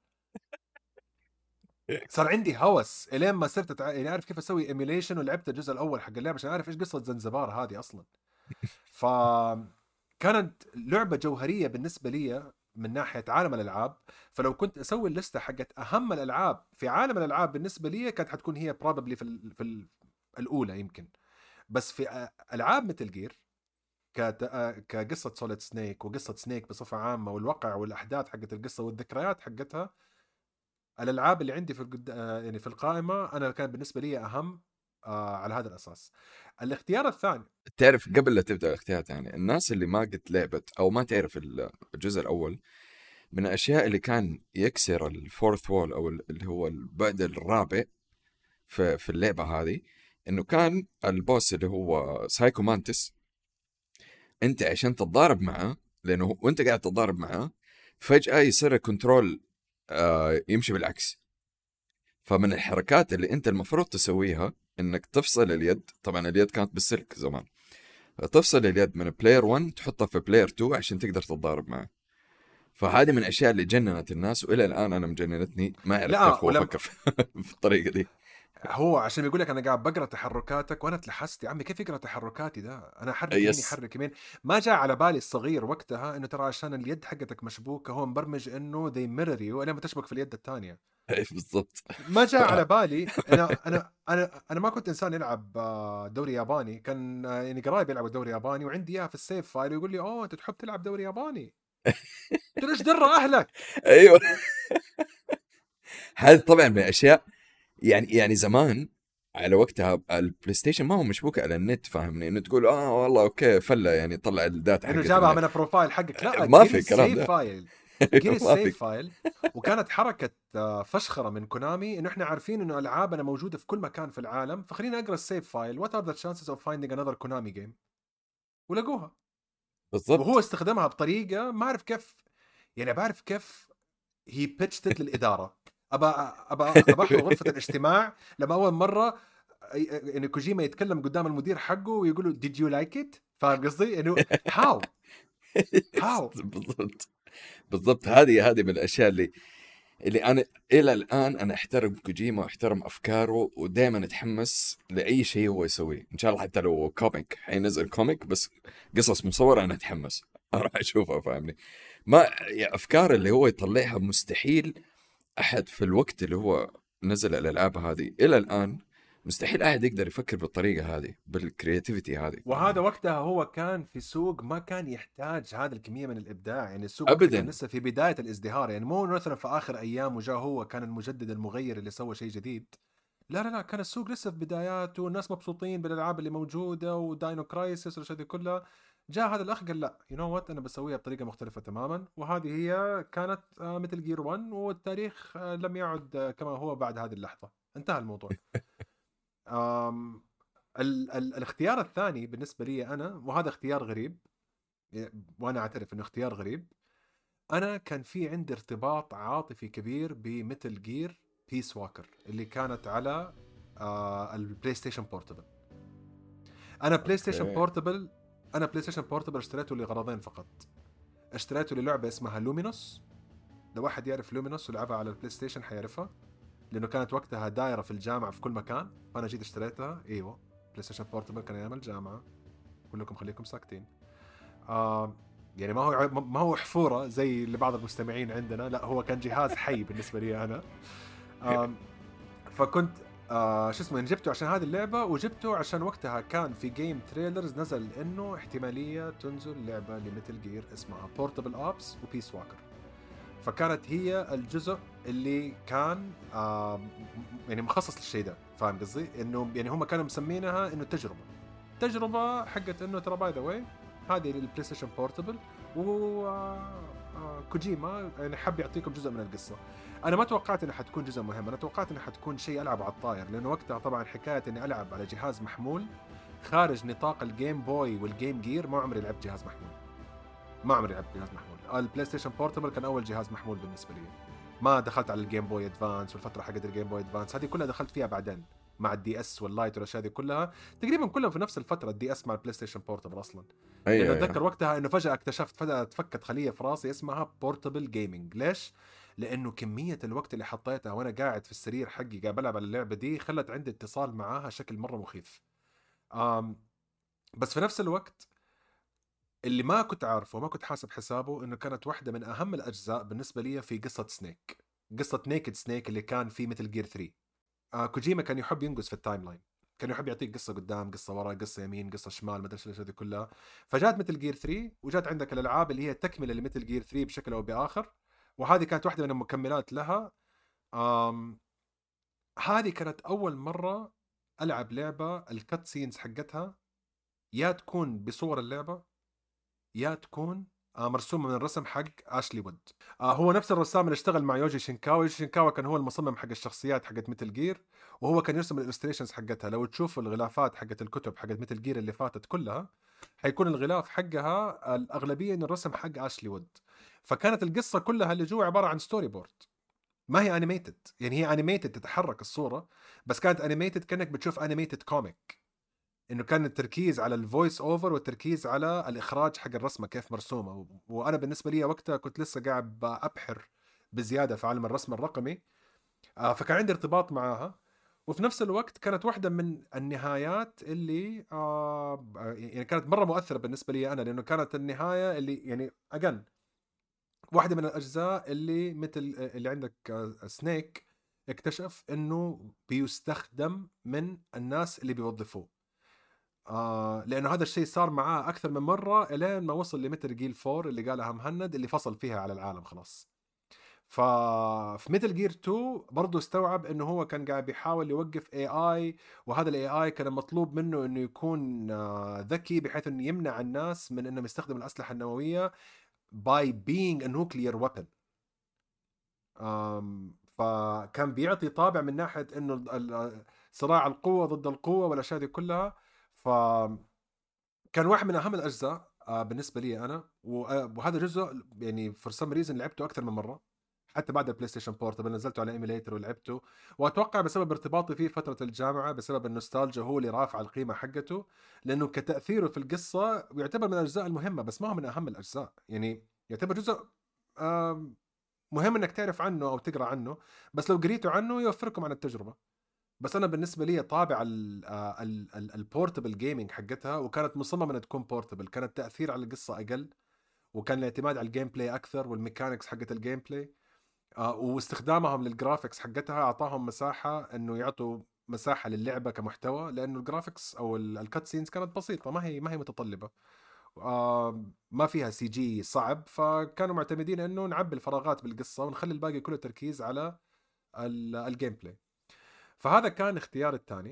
Speaker 2: صار عندي هوس الين ما صرت يعني اعرف كيف اسوي ايميليشن، ولعبت الجزء الاول حق اللعبه عشان اعرف ايش قصه زنزبار هذه اصلا. ف كانت لعبه جوهريه بالنسبه لي من ناحيه عالم الالعاب. فلو كنت اسوي الليسته حقت اهم الالعاب في عالم الالعاب بالنسبه لي كانت حتكون هي بروبلي الاولى يمكن. بس في العاب مثل جير كقصه سوليد سنيك وقصه سنيك بصفه عامه والواقع والاحداث حقت القصه والذكريات حقتها، الالعاب اللي عندي يعني في القائمه انا كان بالنسبه لي اهم على هذا الاساس. الاختيار الثاني،
Speaker 1: تعرف قبل لا تبدأ الاختيار يعني الناس اللي ما قد لعبت أو ما تعرف الجزء الأول، من الأشياء اللي كان يكسر الفورث وول أو اللي هو البعد الرابع في اللعبة هذه، إنه كان البوس اللي هو سايكو مانتس، أنت عشان تتضارب معه، لأنه وأنت قاعد تتضارب معه فجأة يصير الكنترول يمشي بالعكس. فمن الحركات اللي أنت المفروض تسويها إنك تفصل اليد، طبعا اليد كانت بالسلك زمان، تفصل اليد من بلاير 1 تحطها في بلاير 2 عشان تقدر تتضارب معه. فهذه من الاشياء اللي جننت الناس، والى الان انا مجننتني، ما اعرف كيف
Speaker 2: لا
Speaker 1: هو
Speaker 2: ولم
Speaker 1: فكر في الطريقه دي.
Speaker 2: هو عشان يقول لك انا قاعد بقرا تحركاتك، وانا اتلحست يا عمي كيف يقرا تحركاتي ده؟ انا احرك يمين
Speaker 1: يس.
Speaker 2: يحرك يمين. ما جاء على بالي الصغير وقتها انه ترى عشان اليد حقتك مشبوكه هو مبرمج انه they mirror you لما تشبك في اليد الثانيه.
Speaker 1: أي بالضبط.
Speaker 2: ما جاء على بالي. انا ما كنت انسان يلعب دوري ياباني. كان يعني قرايب يلعبوا دوري ياباني وعندي اياها في السيف فايل، ويقول لي اوه انت تحب تلعب دوري ياباني. قلت له ايش درى اهلك؟
Speaker 1: ايوه. هذه طبعا من الاشياء، يعني زمان على وقتها البلاي ستيشن ما هو مشبوك على النت، فاهمني؟ انه تقول والله اوكي فله، يعني طلع الداتا
Speaker 2: انه
Speaker 1: حقت
Speaker 2: جابها من البروفايل حقك. لا
Speaker 1: ما
Speaker 2: جري
Speaker 1: في الكلام
Speaker 2: السيف
Speaker 1: ده.
Speaker 2: فايل. جري
Speaker 1: ايوه ما في.
Speaker 2: السيف فايل. وكانت حركة فشخرة من كونامي انه احنا عارفين انه العابنا موجودة في كل مكان في العالم، فخلينا اقرا السيف فايل what are the chances of finding another Konami game، ولقوها. وهو
Speaker 1: بالضبط.
Speaker 2: استخدمها بطريقة ما اعرف كيف. يعني بعرف كيف هي بيتشت للإدارة. ابى احضر غرفة الاجتماع لما اول مرة يعني كوجيما يتكلم قدام المدير حقه ويقول له did you like it؟ فاهم قصدي؟ انه how
Speaker 1: بالضبط. بالضبط. هذه من الاشياء اللي انا الى الان انا احترم كوجيما واحترم افكاره، ودائما اتحمس لاي شيء هو يسويه. ان شاء الله حتى لو كوميك حينزل كوميك بس قصص مصوره انا اتحمس اروح اشوفها، فاهمني؟ ما يا افكار اللي هو يطلعها مستحيل احد في الوقت اللي هو نزل الالعاب هذه الى الان، مستحيل احد يقدر يفكر بالطريقه هذه بالكرياتيفيتي هذه،
Speaker 2: وهذا
Speaker 1: فاهمني؟
Speaker 2: وقتها هو كان في سوق ما كان يحتاج هذه الكمية من الإبداع. يعني السوق وقتها كان
Speaker 1: ابدا.
Speaker 2: لسه في بداية الازدهار، يعني مو مثلا في آخر أيام وجاء هو كان المجدد المغير اللي سوى شيء جديد. لا كان السوق لسه في بداياته والناس مبسوطين بالألعاب اللي موجودة وداينو كرايسيس والأشياء دي كلها. جاء هذا الأخ قال لا يو نو وات أنا بسويها بطريقة مختلفة تماما، وهذه هي كانت مثل جير 1. والتاريخ لم يعد كما هو بعد هذه اللحظة، انتهى الموضوع. آم، الاختيار الثاني بالنسبة لي أنا، وهذا اختيار غريب وأنا أعترف أنه اختيار غريب، أنا كان في عندي ارتباط عاطفي كبير بمثل جير بيس واكر اللي كانت على البلاي ستيشن بورتبل. أنا بلاي ستيشن
Speaker 1: اوكي.
Speaker 2: بورتبل أنا بلاي ستيشن بورتبل اشتريته لغرضين فقط. اشتريته للعبة اسمها لومينوس. لو واحد يعرف لومينوس ولعبها على البلاي ستيشن حيعرفها، لأنه كانت وقتها دايرة في الجامعة في كل مكان، فأنا جيت اشتريتها. أيوة بلاي ستيشن بورتبل كان أيام الجامعة. كلكم خليكم ساكتين. يعني ما هو حفورة زي اللي بعض المستمعين عندنا، لا هو كان جهاز حي بالنسبة لي أنا. فكنت شو اسمه جبته عشان هذه اللعبة، وجبته عشان وقتها كان في جيم تريلرز نزل إنه احتمالية تنزل لعبة لميتل جير اسمها بورتبل أوبس وبيس واكر. فكانت هي الجزء اللي كان يعني مخصص للشيء ده. فاهم قصدي؟ إنه يعني هم كانوا مسمينها إنه تجربة حقت إنه ترى باي ذا واي هذه للبلاي ستيشن بورتبل، و كوجيما يعني حب يعطيكم جزء من القصة. أنا ما توقعت إنها حتكون جزء مهم، أنا توقعت إنها حتكون شيء ألعب على الطاير، لأنه وقتها طبعا حكاية إني ألعب على جهاز محمول خارج نطاق الجيم بوي والجيم جير، ما عمري لعبت جهاز محمول، ما عمري لعبت جهاز محمول. البلاي ستيشن بورتبل كان أول جهاز محمول بالنسبة لي، ما دخلت على الجيم بوي ادفانس والفترة حقت الجيم بوي ادفانس هذه كلها دخلت فيها بعدين مع الدي اس واللايت والاشياء هذه كلها، تقريبا كلها في نفس الفترة الدي اس مع البلاي ستيشن بورتبل اصلا. لانه
Speaker 1: ايوه
Speaker 2: اتذكر
Speaker 1: ايوه
Speaker 2: وقتها انه فجأة اكتشفت، فجأة تفكت خلية في راسي اسمها بورتبل جيمنج. ليش؟ لانه كمية الوقت اللي حطيتها وانا قاعد في السرير حقي قاعد بلعب على اللعبة دي خلت عندي اتصال معاها شكل مرة مخيف. آم بس في نفس الوقت اللي ما كنت عارفه وما كنت حاسب حسابه انه كانت واحدة من اهم الاجزاء بالنسبة لي في قصة سنيك، قصة نيكد سنيك اللي كان في مثل جير 3. كوجيما كان يحب ينقز في التايم لاين، كان يحب يعطيك قصه قدام، قصه ورا، قصه يمين، قصه شمال، ما ادري ايش هذه كلها. فجات مثل جير 3 وجات عندك الالعاب اللي هي تكمله لمثل جير 3 بشكل او باخر، وهذه كانت واحده من المكملات لها. آم هذه كانت اول مره العب لعبه الكات سينز حقتها يا تكون بصور اللعبه يا تكون مرسومه من الرسم حق اشلي وود. هو نفس الرسام اللي اشتغل مع يوجي شينكاوا. يوجي شينكاوا كان هو المصمم حق الشخصيات حقت ميتل جير، وهو كان يرسم الالستريشنز حقتها. لو تشوفوا الغلافات حقت الكتب حقت ميتل جير اللي فاتت كلها حيكون الغلاف حقها الاغلبيه من الرسم حق اشلي وود. فكانت القصه كلها اللي جوا عباره عن ستوري بورد، ما هي انيميتد، يعني هي انيميتد تتحرك الصوره بس كانت انيميتد كانك بتشوف انيميتد كوميك، انه كان التركيز على الفويس اوفر والتركيز على الاخراج حق الرسمه كيف مرسومه. وانا بالنسبه لي وقتها كنت لسه قاعد ابحر بزياده في عالم الرسم الرقمي، فكان عندي ارتباط معاها. وفي نفس الوقت كانت واحدة من النهايات اللي يعني كانت مرة مؤثرة بالنسبة لي أنا، لأنه كانت النهاية اللي يعني أجن واحدة من الأجزاء اللي مثل اللي عندك سنيك اكتشف إنه بيستخدم من الناس اللي بيوظفوه. لانه هذا الشيء صار معاه اكثر من مره الين ما وصل لمتل جير 4 اللي قالها مهند اللي فصل فيها على العالم خلاص. ففي ميتل جير 2 برضه استوعب انه هو كان قاعد بيحاول يوقف اي اي، وهذا الاي اي كان مطلوب منه انه يكون ذكي بحيث انه يمنع الناس من انهم يستخدموا الاسلحه النوويه by being a nuclear weapon. فكان بيعطي طابع من ناحيه انه صراع القوه ضد القوه والاشياء دي كلها. ف كان واحد من اهم الاجزاء بالنسبه لي انا، وهذا جزء يعني فور سم ريزن لعبته اكثر من مره، حتى بعد البلاي ستيشن بورتبل نزلته على ايميليتر ولعبته. واتوقع بسبب ارتباطي فيه فتره الجامعه بسبب النوستالجيا هو اللي رافع القيمه حقته، لانه كتاثيره في القصه يعتبر من الاجزاء المهمه بس ما هو من اهم الاجزاء. يعني يعتبر جزء مهم انك تعرف عنه او تقرا عنه، بس لو قريتوا عنه يوفركم عن التجربه. بس انا بالنسبه لي طابع البورتبل جيمنج حقتها، وكانت مصممه انها تكون بورتبل، كان التاثير على القصه اقل، وكان الاعتماد على الجيم بلاي اكثر والميكانكس حقت الجيم بلاي. واستخدامهم للجرافيكس حقتها اعطاهم مساحه انه يعطوا مساحه للعبه كمحتوى، لانه الجرافيكس او الكات سينز كانت بسيطه، ما هي متطلبه، ما فيها سي جي صعب، فكانوا معتمدين انه نعبي الفراغات بالقصه ونخلي الباقي كله تركيز على الجيم بلاي. فهذا كان اختيار الثاني.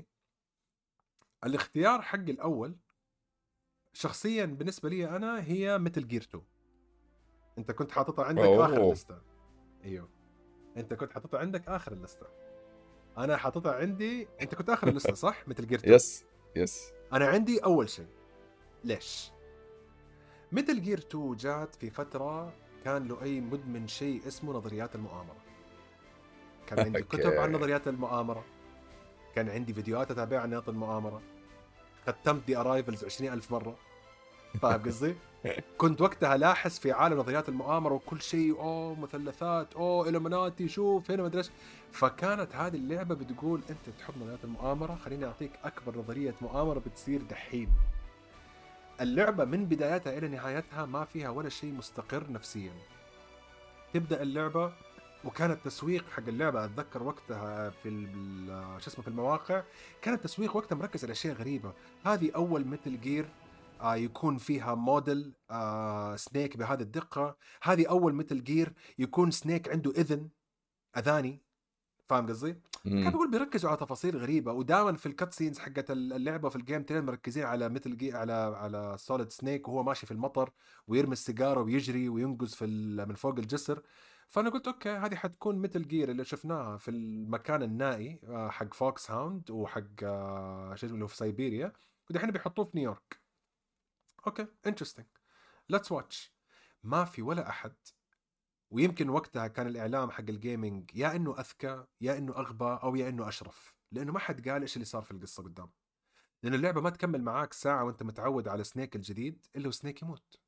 Speaker 2: الاختيار حق الأول شخصيا بالنسبة لي أنا هي مثل جير 2. أنت كنت حاططها عندك آخر
Speaker 1: اوه
Speaker 2: اللستة. أيوه، أنت كنت حاططها عندك آخر اللستة، أنا حاططها عندي. أنت كنت آخر اللستة صح؟ مثل جير 2
Speaker 1: يس يس
Speaker 2: أنا عندي أول شيء. ليش؟ مثل جير 2 جات في فترة كان له أي مدمن شيء اسمه نظريات المؤامرة. كان عندي كتب عن
Speaker 1: اوكي
Speaker 2: نظريات المؤامرة، كان عندي فيديوهات أتابعها عن نظريات المؤامرة، ختمت دي أرايفلز 20,000 مرة. فاهم قصدي؟ كنت وقتها لاحس في عالم نظريات المؤامرة وكل شيء، مثلثات، إلومناتي، شوف هنا ما ادري ايش. فكانت هذه اللعبة بتقول انت تحب نظريات المؤامرة، خليني اعطيك اكبر نظرية مؤامرة بتصير دحين. اللعبة من بدايتها الى نهايتها ما فيها ولا شيء مستقر نفسيا. تبدأ اللعبة وكان التسويق حق اللعبة اتذكر وقتها في شو اسمه في المواقع، كان التسويق وقتها مركز على اشياء غريبة. هذه اول مثل جير يكون فيها موديل سنيك بهذه الدقة. هذه أول مثل جير يكون سنيك عنده أذاني. فاهم قصدي؟ كان
Speaker 1: مم.
Speaker 2: بيقول بيركزوا على تفاصيل غريبه، ودائما في الكات سينز حقت اللعبه في الجيم ترين مركزين على مثل على سوليد سنيك وهو ماشي في المطر ويرمي السيجاره ويجري وينقز من فوق الجسر. فانا قلت اوكي هذه حتكون مثل جير اللي شفناها في المكان النائي حق فوكس هاوند وحق شو اسمه اللي هو في سيبيريا، ودحين بيحطوه في نيويورك. اوكي انترستنج، ليتس واتش. ما في ولا احد، ويمكن وقتها كان الاعلام حق الجيمنج يا انه اذكى يا انه اغبى او يا انه اشرف، لانه ما حد قال ايش اللي صار في القصه قدام. لان اللعبه ما تكمل معاك ساعه وانت متعود على سنيك الجديد الا وسنيك يموت.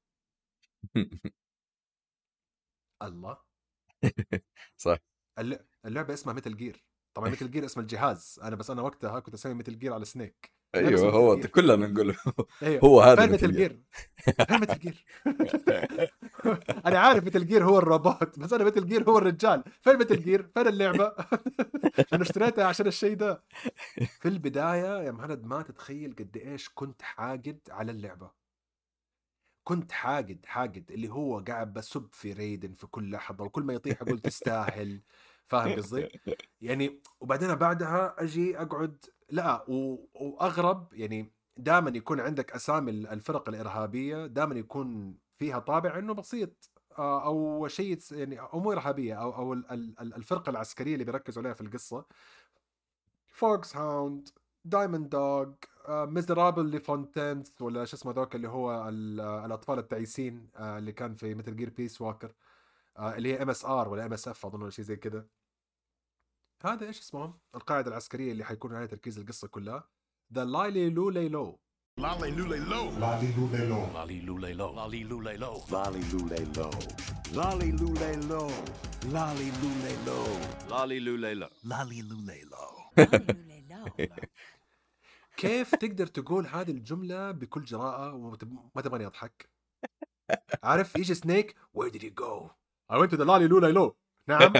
Speaker 2: الله.
Speaker 1: صح.
Speaker 2: اللعبه اسمها ميتل جير. طبعا ميتل جير اسم الجهاز، انا وقتها كنت اسمي ميتل جير على سنيك. اللعبه اسمها
Speaker 1: ايوه
Speaker 2: ميتل
Speaker 1: هو
Speaker 2: جير.
Speaker 1: كلنا نقول
Speaker 2: ايوه.
Speaker 1: هو هذا
Speaker 2: فين
Speaker 1: مثل
Speaker 2: ميتل
Speaker 1: جير.
Speaker 2: جير؟ فين ميتل جير؟ انا عارف ميتل جير هو الروبوت، بس انا ميتل جير هو الرجال. فين ميتل جير؟ فين اللعبه؟ انا اشتريتها عشان الشيء ده. في البدايه يا مهند ما تتخيل قد ايش كنت حاقد على اللعبه. كنت حاقد اللي هو قاعد بسب في ريدن في كل لحظه، وكل ما يطيح اقول تستاهل. فاهم قصدي؟ يعني وبعدين بعدها اجي اقعد لا واغرب يعني. دائما يكون عندك اسامي الفرق الارهابيه دائما يكون فيها طابع انه بسيط، او شيء يعني او مو ارهابيه او الفرقه العسكريه اللي بيركزوا عليها في القصه. فوكس هاوند، دايموند دوغ، ميزرابل ليفونتينز ولا شو اسمه ذوك اللي هو الاطفال التعيسين اللي كان في مثل جير بيس واكر، اللي هي ام اس ار ولا ام اس اف اظن ولا شيء زي كذا. هذا ايش اسمهم القاعده العسكريه اللي حيكون عليها تركيز القصه كلها. ذا لايلي لولي لو.
Speaker 3: Lolly Lulay Low.
Speaker 4: Lolly Lulay Low.
Speaker 3: Lolly Lulay Low. Lolly Lulay Low.
Speaker 4: Lolly Lulay Low. Lolly Lulay Low. Lolly Lulay Low.
Speaker 3: Lolly Lulay Low.
Speaker 4: Lolly Lulay Low.
Speaker 2: كيف تقدر تقول هذه الجمله بكل جراءه وما تبغاني اضحك؟ عارف يجي سنيك where did you go I went to the lolly لولي لو. نعم.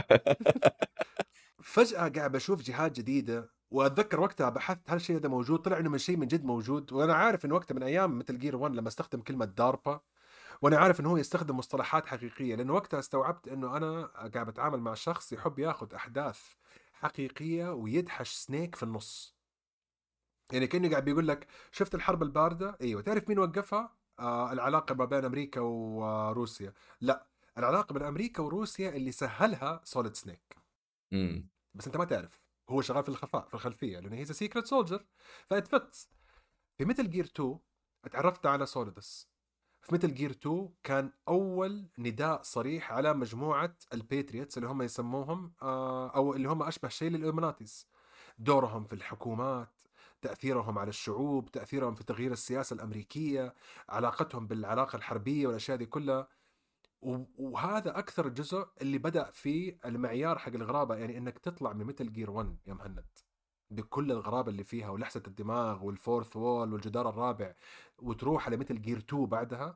Speaker 2: فجأة قاعد بشوف جهات جديدة، وأتذكر وقتها بحثت هل الشيء ده موجود، طلع إنه من شيء من جد موجود. وأنا عارف إنه وقتها من أيام مثل جير 1 لما استخدم كلمة داربا، وأنا عارف إنه هو يستخدم مصطلحات حقيقية، لأنه وقتها استوعبت إنه أنا قاعد بتعامل مع شخص يحب ياخذ أحداث حقيقية ويدحش سنيك في النص. يعني كأنه قاعد بيقول لك شفت الحرب الباردة؟ أيوة. تعرف مين وقفها؟ العلاقة ما بين أمريكا وروسيا. لا، العلاقة بين أمريكا وروسيا اللي سهلها سوليد سنيك.
Speaker 1: مم.
Speaker 2: بس انت ما تعرف، هو شغال في الخفاء في الخلفيه لانه هي سيكريت سولجر. فاتفتس في ميتل جير 2 اتعرفت على سوليدس. في ميتل جير 2 كان اول نداء صريح على مجموعه الباتريوتس اللي هم يسموهم او اللي هم اشبه شيء للإلومناتيز. دورهم في الحكومات، تأثيرهم على الشعوب، تأثيرهم في تغيير السياسة الأمريكية، علاقتهم بالعلاقة الحربية والأشياء دي كلها. وهذا اكثر جزء اللي بدأ فيه المعيار حق الغرابه، يعني انك تطلع من ميتل جير 1 يا مهند بكل الغرابه اللي فيها ولحسه الدماغ والفورث وول والجدار الرابع، وتروح على ميتل جير 2 بعدها.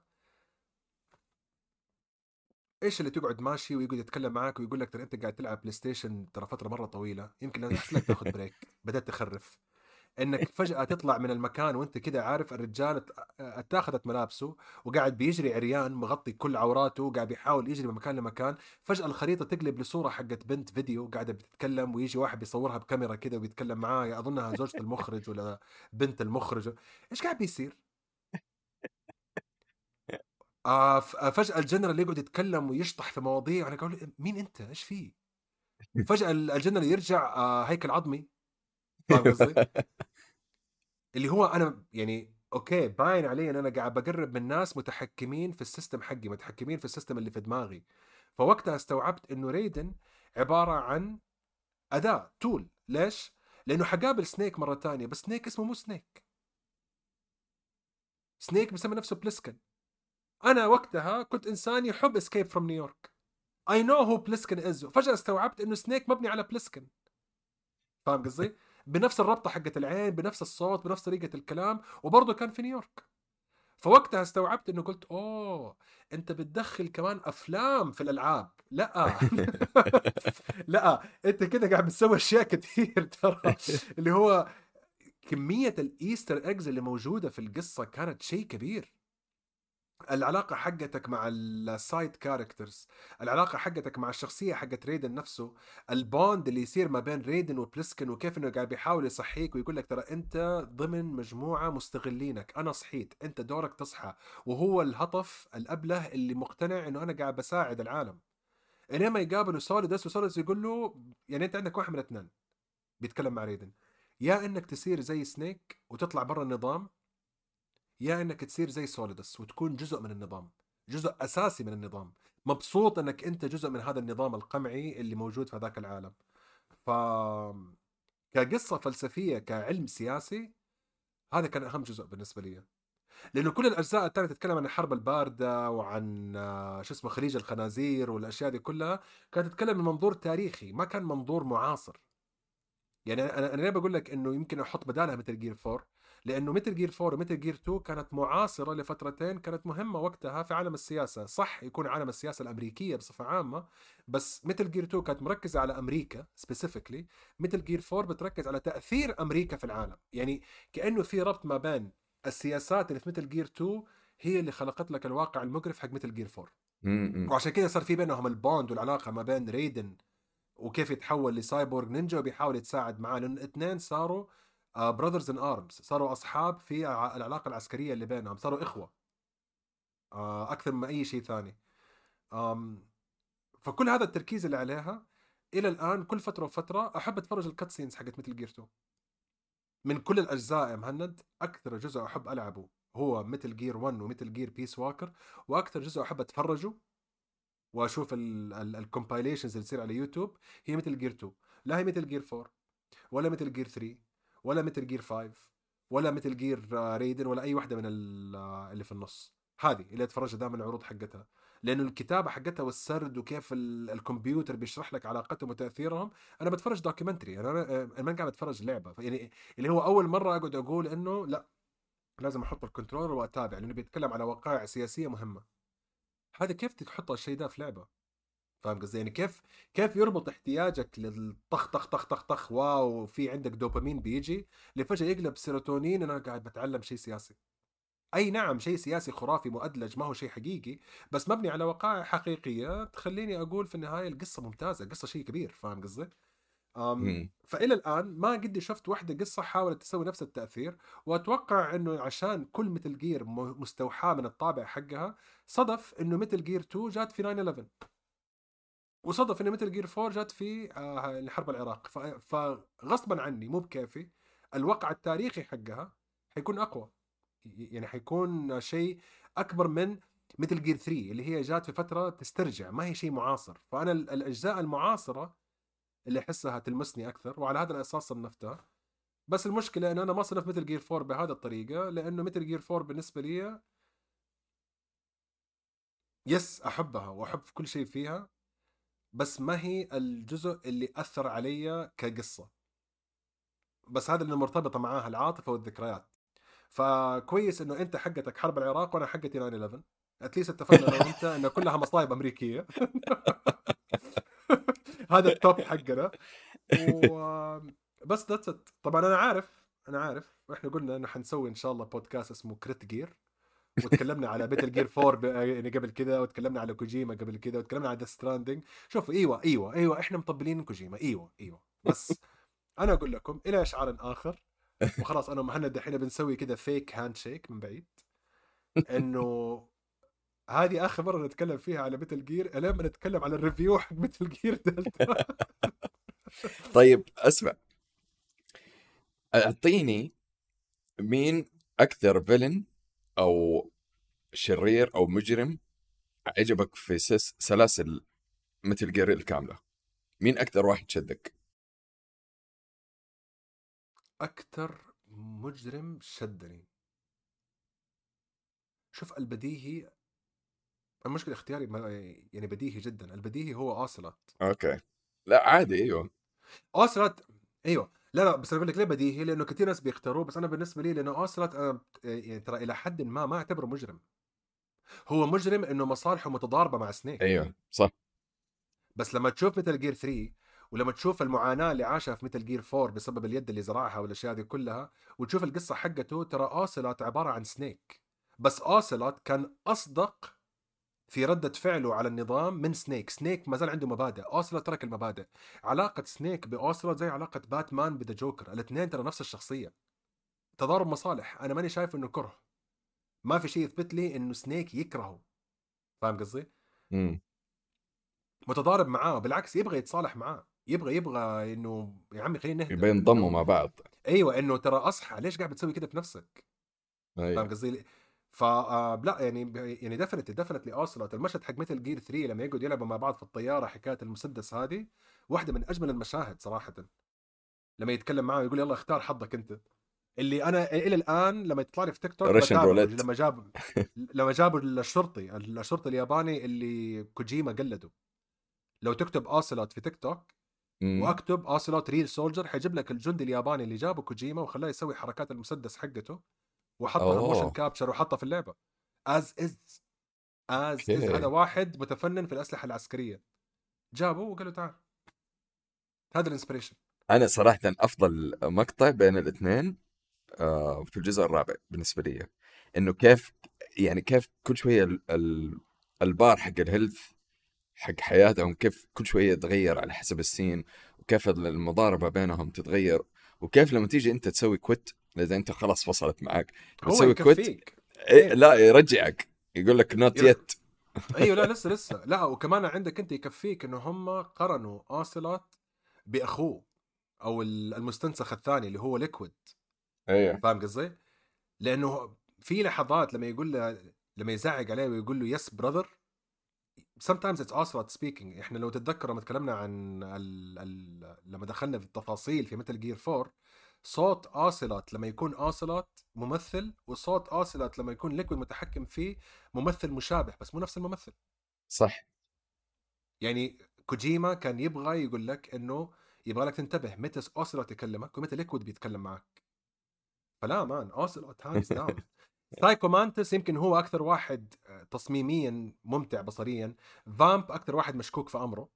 Speaker 2: ايش اللي تقعد ماشي ويقعد يتكلم معاك ويقول لك ترى انت قاعد تلعب بلاي ستيشن ترى فتره مره طويله، يمكن احسن لك تاخذ بريك، بدات تخرف. انك فجأة تطلع من المكان وانت كده عارف الرجال اتاخذت ملابسه وقاعد بيجري عريان مغطي كل عوراته وقاعد بيحاول يجري من مكان لمكان. فجأة الخريطة تقلب لصورة حقت بنت فيديو قاعدة بتتكلم، ويجي واحد بيصورها بكاميرا كده وبيتكلم معاه، اظنها زوجة المخرج ولا بنت المخرج. ايش قاعد بيصير؟ فجأة الجنرال يقعد يتكلم ويشطح في مواضيع، انا اقول مين انت؟ ايش فيه؟ فجأة الجنرال يرجع هيكل عظمي. فاهم قصدي؟ اللي هو انا يعني اوكي باين علي ان انا قاعد بقرب من ناس متحكمين في السيستم حقي، متحكمين في السيستم اللي في دماغي. فوقتها استوعبت انه ريدن عبارة عن أداة تول. ليش؟ لأنه حقابل سنيك مرة تانية، بس سنيك اسمه مو سنيك. سنيك بيسمي نفسه بلسكن. أنا وقتها كنت إنسان يحب اسكيب فروم نيويورك. I know who بلسكن is. فجأة استوعبت إنه سنيك مبني على بلسكن. فاهم قصدي؟ بنفس الربطة حقت العين، بنفس الصوت، بنفس طريقة الكلام، وبرضه كان في نيويورك. فوقتها استوعبت انه قلت اوه انت بتدخل كمان افلام في الالعاب. لا لا، انت كده قاعد بتسوي اشياء كثير ترى. اللي هو كمية الايستر ايجز اللي موجودة في القصة كانت شيء كبير. العلاقة حقتك مع السايد كاركترز، العلاقة حقتك مع الشخصية حقت ريدن نفسه، البوند اللي يصير ما بين ريدن وبلسكن، وكيف انه قاعد بيحاول يصحيك ويقول لك ترى انت ضمن مجموعة مستغلينك، انا صحيت انت دورك تصحى، وهو الهطف الابله اللي مقتنع انه انا قاعد بساعد العالم. انما يقابلوا سوليدس، وسوليدس يقول له يعني انت عندك واحد من اثنين، بيتكلم مع ريدن، يا انك تصير زي سنيك وتطلع برا النظام، يا انك تصير زي سوليدس وتكون جزء من النظام، جزء اساسي من النظام، مبسوط انك انت جزء من هذا النظام القمعي اللي موجود في هذاك العالم. ف كقصة فلسفية كعلم سياسي، هذا كان اهم جزء بالنسبة لي، لانه كل الاجزاء الثانية تتكلم عن الحرب الباردة وعن شو اسمه خليج الخنازير والاشياء دي كلها، كانت تتكلم من منظور تاريخي، ما كان منظور معاصر. يعني انا ليه بقول لك انه يمكن احط بدالها متل جير 4، لانه متل جير 4 ومتل جير 2 كانت معاصره لفترتين، كانت مهمه وقتها في عالم السياسه، صح يكون عالم السياسه الامريكيه بصفه عامه، بس متل جير 2 كانت مركزه على امريكا سبيسيفيكلي، متل جير 4 بتركز على تاثير امريكا في العالم. يعني كانه في ربط ما بين السياسات اللي في متل جير 2 هي اللي خلقت لك الواقع المقرف حق متل جير 4. وعشان كذا صار في بينهم البوند والعلاقه ما بين ريدن وكيف يتحول لسايبورغ نينجا وبيحاول يتساعد معاه، لأن الاثنين صاروا براذرز ان ارمز، صاروا اصحاب في العلاقه العسكريه اللي بينهم، صاروا اخوه اكثر من اي شيء ثاني. آم، فكل هذا التركيز اللي عليها الى الان، كل فتره وفتره احب اتفرج الكات سينز حقت مثل جير 2 من كل الاجزاء يا مهند. اكثر جزء احب العبه هو مثل جير 1 ومثل جير بيس واكر، واكثر جزء احب اتفرجه واشوف الكومبايليشنز اللي تصير على يوتيوب هي مثل جير 2. لا هي مثل جير 4 ولا مثل جير 3 ولا مثل جير 5 ولا مثل جير ريدن ولا اي واحده من اللي في النص، هذه اللي اتفرجها دائما العروض حقتها، لانه الكتابه حقتها والسرد وكيف الكمبيوتر بيشرح لك علاقتهم وتاثيرهم. انا بتفرج دوكيومنتري، انا ما قاعد اتفرج لعبه، يعني اللي هو اول مره اقعد اقول انه لا لازم احط الكنترولر واتابع، لانه بيتكلم على وقائع سياسيه مهمه. هذا كيف تحط الشيء ده في لعبه؟ فاهم قصدي؟ يعني كيف يربط احتياجك للطخ طخ طخ طخ طخ واو في عندك دوبامين بيجي لفجأة يقلب سيروتونين انا قاعد بتعلم شيء سياسي. اي نعم شيء سياسي خرافي مؤدلج ما هو شيء حقيقي، بس مبني على وقائع حقيقية تخليني اقول في النهاية القصة ممتازة، القصة شيء كبير. فاهم قصدي؟ فإلى الآن ما قد شفت واحدة قصة حاولت تسوي نفس التأثير، وأتوقع أنه عشان كل مثل جير مستوحاة من الطابع حقها، صدف أنه مثل جير 2 جات في 9/11، وصدف ان مثل جير 4 جت في حرب العراق، فغصبا عني مو بكيفي الوقع التاريخي حقها حيكون اقوى، يعني حيكون شيء اكبر من مثل جير 3 اللي هي جات في فتره تسترجع، ما هي شيء معاصر. فانا الاجزاء المعاصره اللي احسها تلمسني اكثر، وعلى هذا الاساس صنفتها. بس المشكله انه انا ما صنف مثل جير 4 بهذه الطريقه، لانه مثل جير 4 بالنسبه لي يس احبها واحب كل شيء فيها، بس ما هي الجزء اللي أثر علي كقصة، بس هذا اللي مرتبطة معاه العاطفة والذكريات. فكويس إنه أنت حقتك حرب العراق وأنا حقتي 9/11، أتليست اتفقنا أنا وأنت إنه كلها مصايب أمريكية. هذا التوب حقنا. بس ذاتس ات. طبعا أنا عارف إحنا قلنا إنه حنسوي إن شاء الله بودكاست اسمه كريت جير، وتكلمنا على بيتل جير 4 يعني قبل كذا، وتكلمنا على كوجيما قبل كذا، وتكلمنا على ذا ستراندنج. شوفوا ايوه احنا مطبلين كوجيما، ايوه بس انا اقول لكم الى اشعار اخر. وخلاص انا ومهند دحين بنسوي كذا فيك هاند شيك من بعيد، انه هذه اخر مره نتكلم فيها على ميتل جير لما نتكلم على الريفيو حق ميتل جير دلتا.
Speaker 1: طيب اسمع، اعطيني مين اكثر فيلن او شرير او مجرم عجبك في سلاسل مثل جير الكامله؟ مين اكثر واحد شدك؟
Speaker 2: اكثر مجرم شدني، شوف البديهي، المشكله اختياري يعني بديهي جدا، البديهي هو اوسلوت.
Speaker 1: اوكي، لا عادي، ايوه
Speaker 2: اوسلوت ايوه، لا بس انا اقول لك ليه بديهي، لانه كثير ناس بيختاروه، بس انا بالنسبه لي لانه اوسلوت انا يعني ترى الى حد ما اعتبره مجرم. هو مجرم انه مصالحه متضاربه مع سنيك،
Speaker 1: ايوه صح.
Speaker 2: بس لما تشوف مثل جير 3 ولما تشوف المعاناه اللي عاشها في مثل جير 4 بسبب اليد اللي زرعها والاشياء هذه كلها، وتشوف القصه حقته، ترى اوسلوت عباره عن سنيك، بس اوسلوت كان اصدق في ردة فعله على النظام من سنيك ما زال عنده مبادئ. اوسلوت ترك المبادئ. علاقة سنيك باوسلوت زي علاقة باتمان بذا جوكر، الاثنين ترى نفس الشخصية، تضارب مصالح. انا ماني شايف انه كره، ما في شيء يثبت لي انه سنيك يكرهه، فاهم قصدي؟
Speaker 1: امم
Speaker 2: متضارب معاه، بالعكس يبغى يتصالح معاه، يبغى انه يا عمي خلينا نهدى،
Speaker 1: يبين ينضموا
Speaker 2: إنه
Speaker 1: مع بعض.
Speaker 2: ايوه انه ترى اصحى، ليش قاعد بتسوي كده في نفسك؟ فاهم
Speaker 1: ايوه
Speaker 2: قصدي؟ لا يعني دفنتلي اوسلوت. المشهد حق مثل جير 3 لما يقعد يلعبوا مع بعض في الطياره، حكايه المسدس هذه واحده من اجمل المشاهد صراحه. لما يتكلم معاه يقول يلا اختار حظك انت، اللي انا الى الان لما يطلع لي في تيك توك
Speaker 1: راشن
Speaker 2: بتابعه.
Speaker 1: روليت.
Speaker 2: لما جابوا الشرطي الياباني اللي كوجيما قلده، لو تكتب اوسلوت في تيك توك واكتب اوسلوت ريل سولجر حيجيب لك الجندي الياباني اللي جابه كوجيما وخلاه يسوي حركات المسدس حقته، وحطها موشن
Speaker 1: اوه
Speaker 2: كابتشر وحطها في اللعبه از از. هذا
Speaker 1: اوكي.
Speaker 2: واحد متفنن في الاسلحه العسكريه، جابه وقال له تعال، هذا الانسبريشن.
Speaker 1: انا صراحه افضل مقطع بين الاثنين في الجزء الرابع بالنسبه لي، انه كيف يعني كيف كل شويه البار حق الهيلث حق حياتهم كيف كل شويه يتغير على حسب السين، وكيف المضاربه بينهم تتغير، وكيف لما تيجي انت تسوي كويت اذا انت خلاص فصلت معك
Speaker 2: هو
Speaker 1: بتسوي كويت
Speaker 2: يكفيك.
Speaker 1: لا يرجعك يقول لك نوت
Speaker 2: ير-
Speaker 1: يت.
Speaker 2: ايوه لا لسه لا، وكمان عندك انت يكفيك انه هم قرنوا اوسلوت باخوه او المستنسخ الثاني اللي هو ليكويد،
Speaker 1: ايوه
Speaker 2: فاهم قصدي؟ لانه في لحظات لما يقول له، لما يزعق عليه ويقول له يس براذر، sometimes it's Ocelot speaking. احنا لو تتذكر لما تكلمنا عن لما دخلنا في التفاصيل في مثل جير 4، صوت اوسلوت لما يكون اوسلوت ممثل، وصوت اوسلوت لما يكون ليكويد متحكم فيه ممثل مشابه بس مو نفس الممثل.
Speaker 1: صح.
Speaker 2: يعني كوجيما كان يبغى يقول لك انه يبغى لك تنتبه متى اوسلوت يكلمك ومتى ليكويد بيتكلم معك. فلا مان، اوسلوت هاندز داون. سايكو مانتس يمكن هو اكثر واحد تصميميا ممتع بصريا، فامب اكثر واحد مشكوك في امره،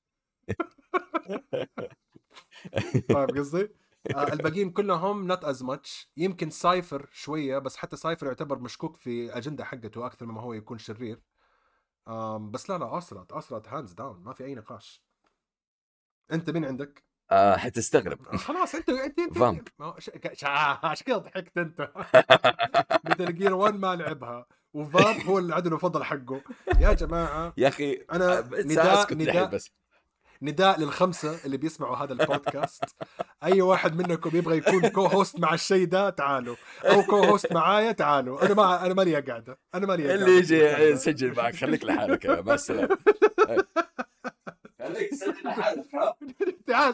Speaker 2: فاهم قصدي؟ الباقيين كلهم نوت از ماتش. يمكن سايفر شويه، بس حتى سايفر يعتبر مشكوك في اجنده حقته اكثر مما هو يكون شرير. بس لا اوسلوت هاندز داون، ما في اي نقاش. انت مين عندك؟
Speaker 1: حتستغرب.
Speaker 2: خلاص انت
Speaker 1: فامب.
Speaker 2: عشان كذا ضحكت انت. مثل جير 1 ما لعبها، وفامب هو العدو المفضل حقه. يا جماعه
Speaker 1: يا اخي
Speaker 2: انا
Speaker 1: اسكت الحين بس.
Speaker 2: نداء للخمسه اللي بيسمعوا هذا البودكاست، اي واحد منكم يبغى يكون كو هوست مع الشيء ده تعالوا، او كو هوست معايا تعالوا. انا ما لي قاعده، انا ما لي قاعده
Speaker 1: اللي يجي يسجل معك خليك لحالك يا مع السلامه. خليك تسجل لحالك.
Speaker 2: تعال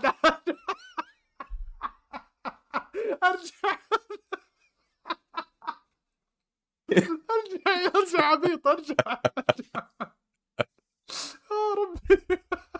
Speaker 2: ارجع عبيط، ارجع ربي.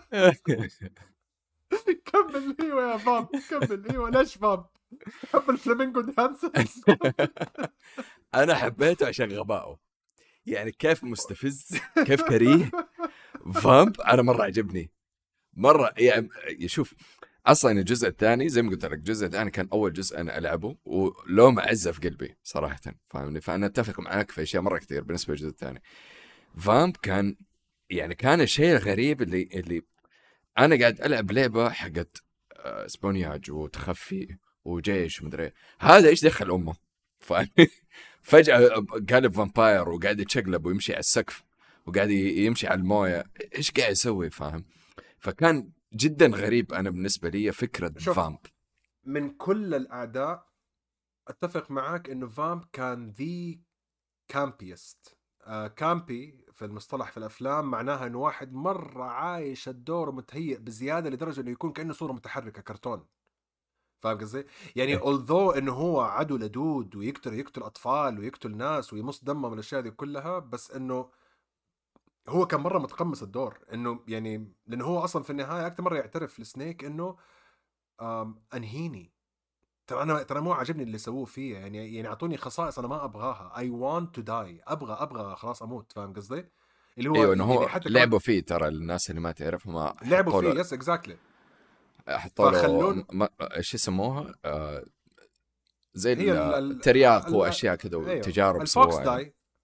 Speaker 2: كمل. ايوه يا فاب كمل. ايوه ليش فاب تحب الفلامينجو دانسز؟
Speaker 1: انا حبيته عشان غبائه، يعني كيف مستفز كيف كريه. فامب انا مره عجبني مره. يعني شوف اصلا الجزء الثاني زي ما قلت لك، الجزء الثاني كان اول جزء انا العبه ولو معزه في قلبي صراحه، فاهمني؟ فانا اتفق معاك في اشياء مره كثير بالنسبه للجزء الثاني. فامب كان يعني كان الشيء الغريب اللي انا قاعد العب لعبه حقت سبونياج وتخفي وجيش ومدري هذا ايش دخل امه، فاهمني؟ فجاه قالب فامباير وقاعد يتشقلب ويمشي على السقف وقاعد يمشي على المويه، ايش قاعد يسوي؟ فاهم؟ فكان جدا غريب انا بالنسبه لي فكره فامب.
Speaker 2: من كل الاعداء اتفق معاك انه فامب كان ذي كامبيست. كامبي في المصطلح في الافلام معناها انه واحد مره عايش الدور متهيئ بزياده لدرجه انه يكون كانه صوره متحركه كرتون، فاهم قصدي؟ يعني although انه هو عدو لدود ويقتل اطفال ويقتل ناس ويمص دمهم والاشياء دي كلها، بس انه هو كان مره متقمص الدور. انه يعني لانه هو اصلا في النهايه اكثر مره يعترف لسنيك انه انهيني، ترى مو عاجبني اللي سووه فيه، يعني اعطوني خصائص انا ما ابغاها. I want to die، ابغى خلاص اموت، فاهم قصدي؟ اللي هو
Speaker 1: ايوه انه
Speaker 2: يعني
Speaker 1: هو
Speaker 2: حتى
Speaker 1: لعبوا فيه، ترى الناس اللي ما تعرف ما
Speaker 2: لعبوا فيه يس اكزاكتلي.
Speaker 1: حطوا
Speaker 2: فخلون
Speaker 1: له ايش يسموها زي
Speaker 2: هي
Speaker 1: الترياق واشياء كذا
Speaker 2: ايوه
Speaker 1: وتجارب
Speaker 2: الفوكس
Speaker 1: سووها
Speaker 2: داي،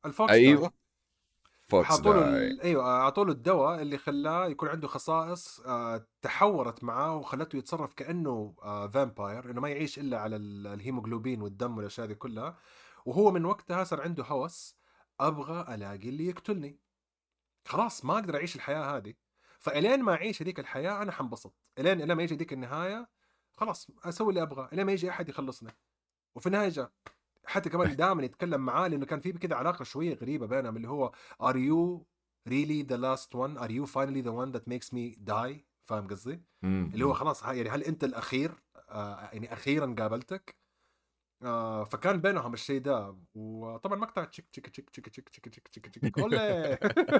Speaker 2: الفوكس داي.
Speaker 1: ايوه فوكس
Speaker 2: حاطوا له
Speaker 1: داي.
Speaker 2: ايوه اعطوا له الدواء اللي خلاه يكون عنده خصائص تحورت معاه وخلته يتصرف كانه فامباير، انه ما يعيش الا على الهيموغلوبين والدم والاشياء دي كلها. وهو من وقتها صار عنده هوس، ابغى الاقي اللي يقتلني، خلاص ما اقدر اعيش الحياه هذه. فالين ما اعيش هذيك الحياه انا حنبسط، الين ما يجي هذيك النهايه خلاص اسوي اللي ابغاه، الين ما يجي احد يخلصني. وفي النهايه جاء. حتى كمان دائما يتكلم معاه لانه كان في كذا علاقه شويه غريبه بينهم، اللي هو are you really the last one, are you finally the one that makes me die. فاهم قصدي؟ اللي هو خلاص يعني هل انت الاخير، يعني اخيرا قابلتك. فكان بينهم الشيء ده. وطبعا مقطع تشيك تشيك تشيك تشيك تشيك تشيك تشيك تشيك تشيك أولي.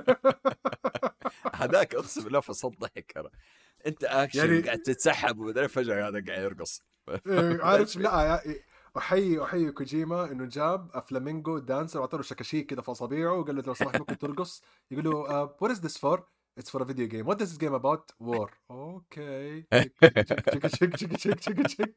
Speaker 1: هذاك اقسم بالله فصل ضحك انا. انت اكشن
Speaker 2: يعني
Speaker 1: قاعد تتسحب ومدري فجاه هذا قاعد يرقص.
Speaker 2: عارف لا احيي كوجيما انه جاب فلامينجو دانسر وعطى له شكاشيك كده في اصابعه وقال له لو سمحت ممكن ترقص. يقول له what is this for? It's for a video game. What is this game about? War. Okay. تشيك تشيك تشيك تشيك تشيك تشيك.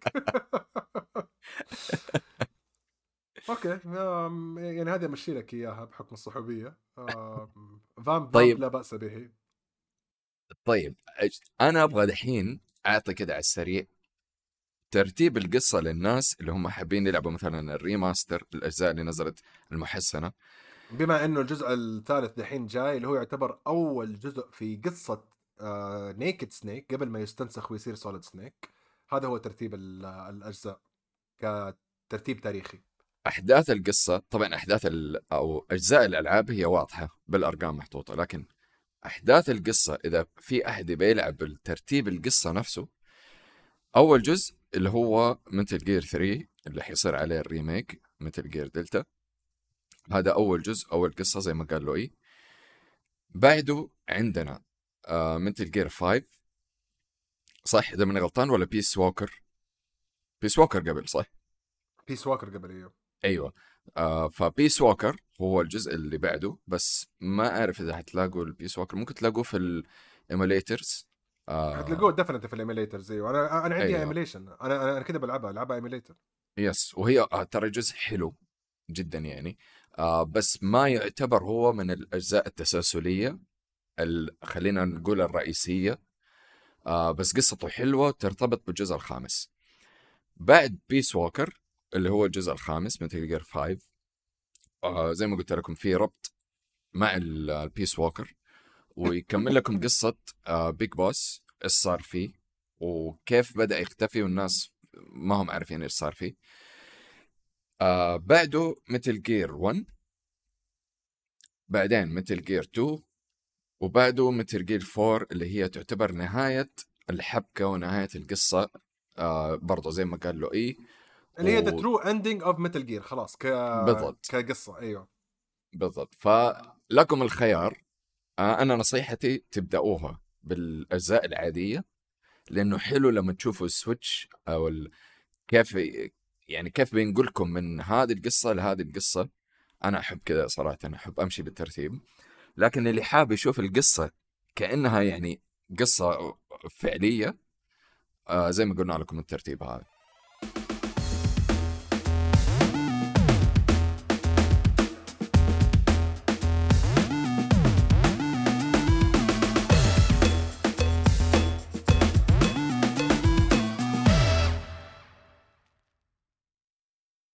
Speaker 2: اوكي يعني هذه امشي لك اياها بحكم الصحوبيه. فامب
Speaker 1: طيب
Speaker 2: لا باس به.
Speaker 1: طيب انا ابغى دحين اعطي كده على السريع ترتيب القصة للناس اللي هم حابين يلعبوا مثلا الريماستر الأجزاء اللي نزلت المحسنة.
Speaker 2: بما انه الجزء الثالث دحين جاي اللي هو يعتبر اول جزء في قصة نيكد سنيك قبل ما يستنسخ ويصير سوليد سنيك. هذا هو ترتيب الاجزاء كترتيب تاريخي.
Speaker 1: أحداث القصة طبعا أحداث أو أجزاء الألعاب هي واضحة بالأرقام محطوطة، لكن أحداث القصة إذا في أحد بيلعب بالترتيب القصة نفسه، أول جزء اللي هو متل جير 3 اللي حيصير عليه الريميك متل جير دلتا، هذا أول جزء أول قصة زي ما قال لوي. بعده عندنا متل جير 5 صح إذا من غلطان، ولا بيس ووكر؟ بيس ووكر قبل صح؟
Speaker 2: بيس واكر قبل
Speaker 1: أيوة. فبيس ووكر هو الجزء اللي بعده، بس ما أعرف إذا هتلاقوا البيس ووكر، ممكن تلاقوه في الإيموليترز.
Speaker 2: هتلاقوه دفنت في الايميليتر زيه. انا عندي
Speaker 1: أيوة.
Speaker 2: ايميليشن، انا كده بلعبها ايميليتر.
Speaker 1: يس، وهي ترى جزء حلو جدا يعني. بس ما يعتبر هو من الأجزاء التسلسلية خلينا نقول الرئيسية. بس قصته حلوة ترتبط بالجزء الخامس. بعد بيس ووكر اللي هو الجزء الخامس مثل جير 5، زي ما قلت لكم في ربط مع البيس ووكر، ويكمل لكم قصة بيج بوس ايش صار فيه وكيف بدأ يختفي والناس ما هم عارفين ايش صار فيه. بعده متل جير 1، بعدين متل جير 2، وبعده متل جير 4 اللي هي تعتبر نهاية الحبكة ونهاية القصة. برضو زي ما قال له
Speaker 2: اللي هي the true ending of Metal Gear خلاص
Speaker 1: بالضبط
Speaker 2: كقصة. ايوه
Speaker 1: بالضبط. فلكم الخيار. أنا نصيحتي تبدأوها بالأجزاء العادية، لأنه حلو لما تشوفوا السويتش أو كيف يعني كيف بينقلكم من هذه القصة لهذه القصة. أنا أحب كذا صراحة، أنا أحب أمشي بالترتيب. لكن اللي حاب يشوف القصة كأنها يعني قصة فعلية، زي ما قلنا لكم الترتيب هذا.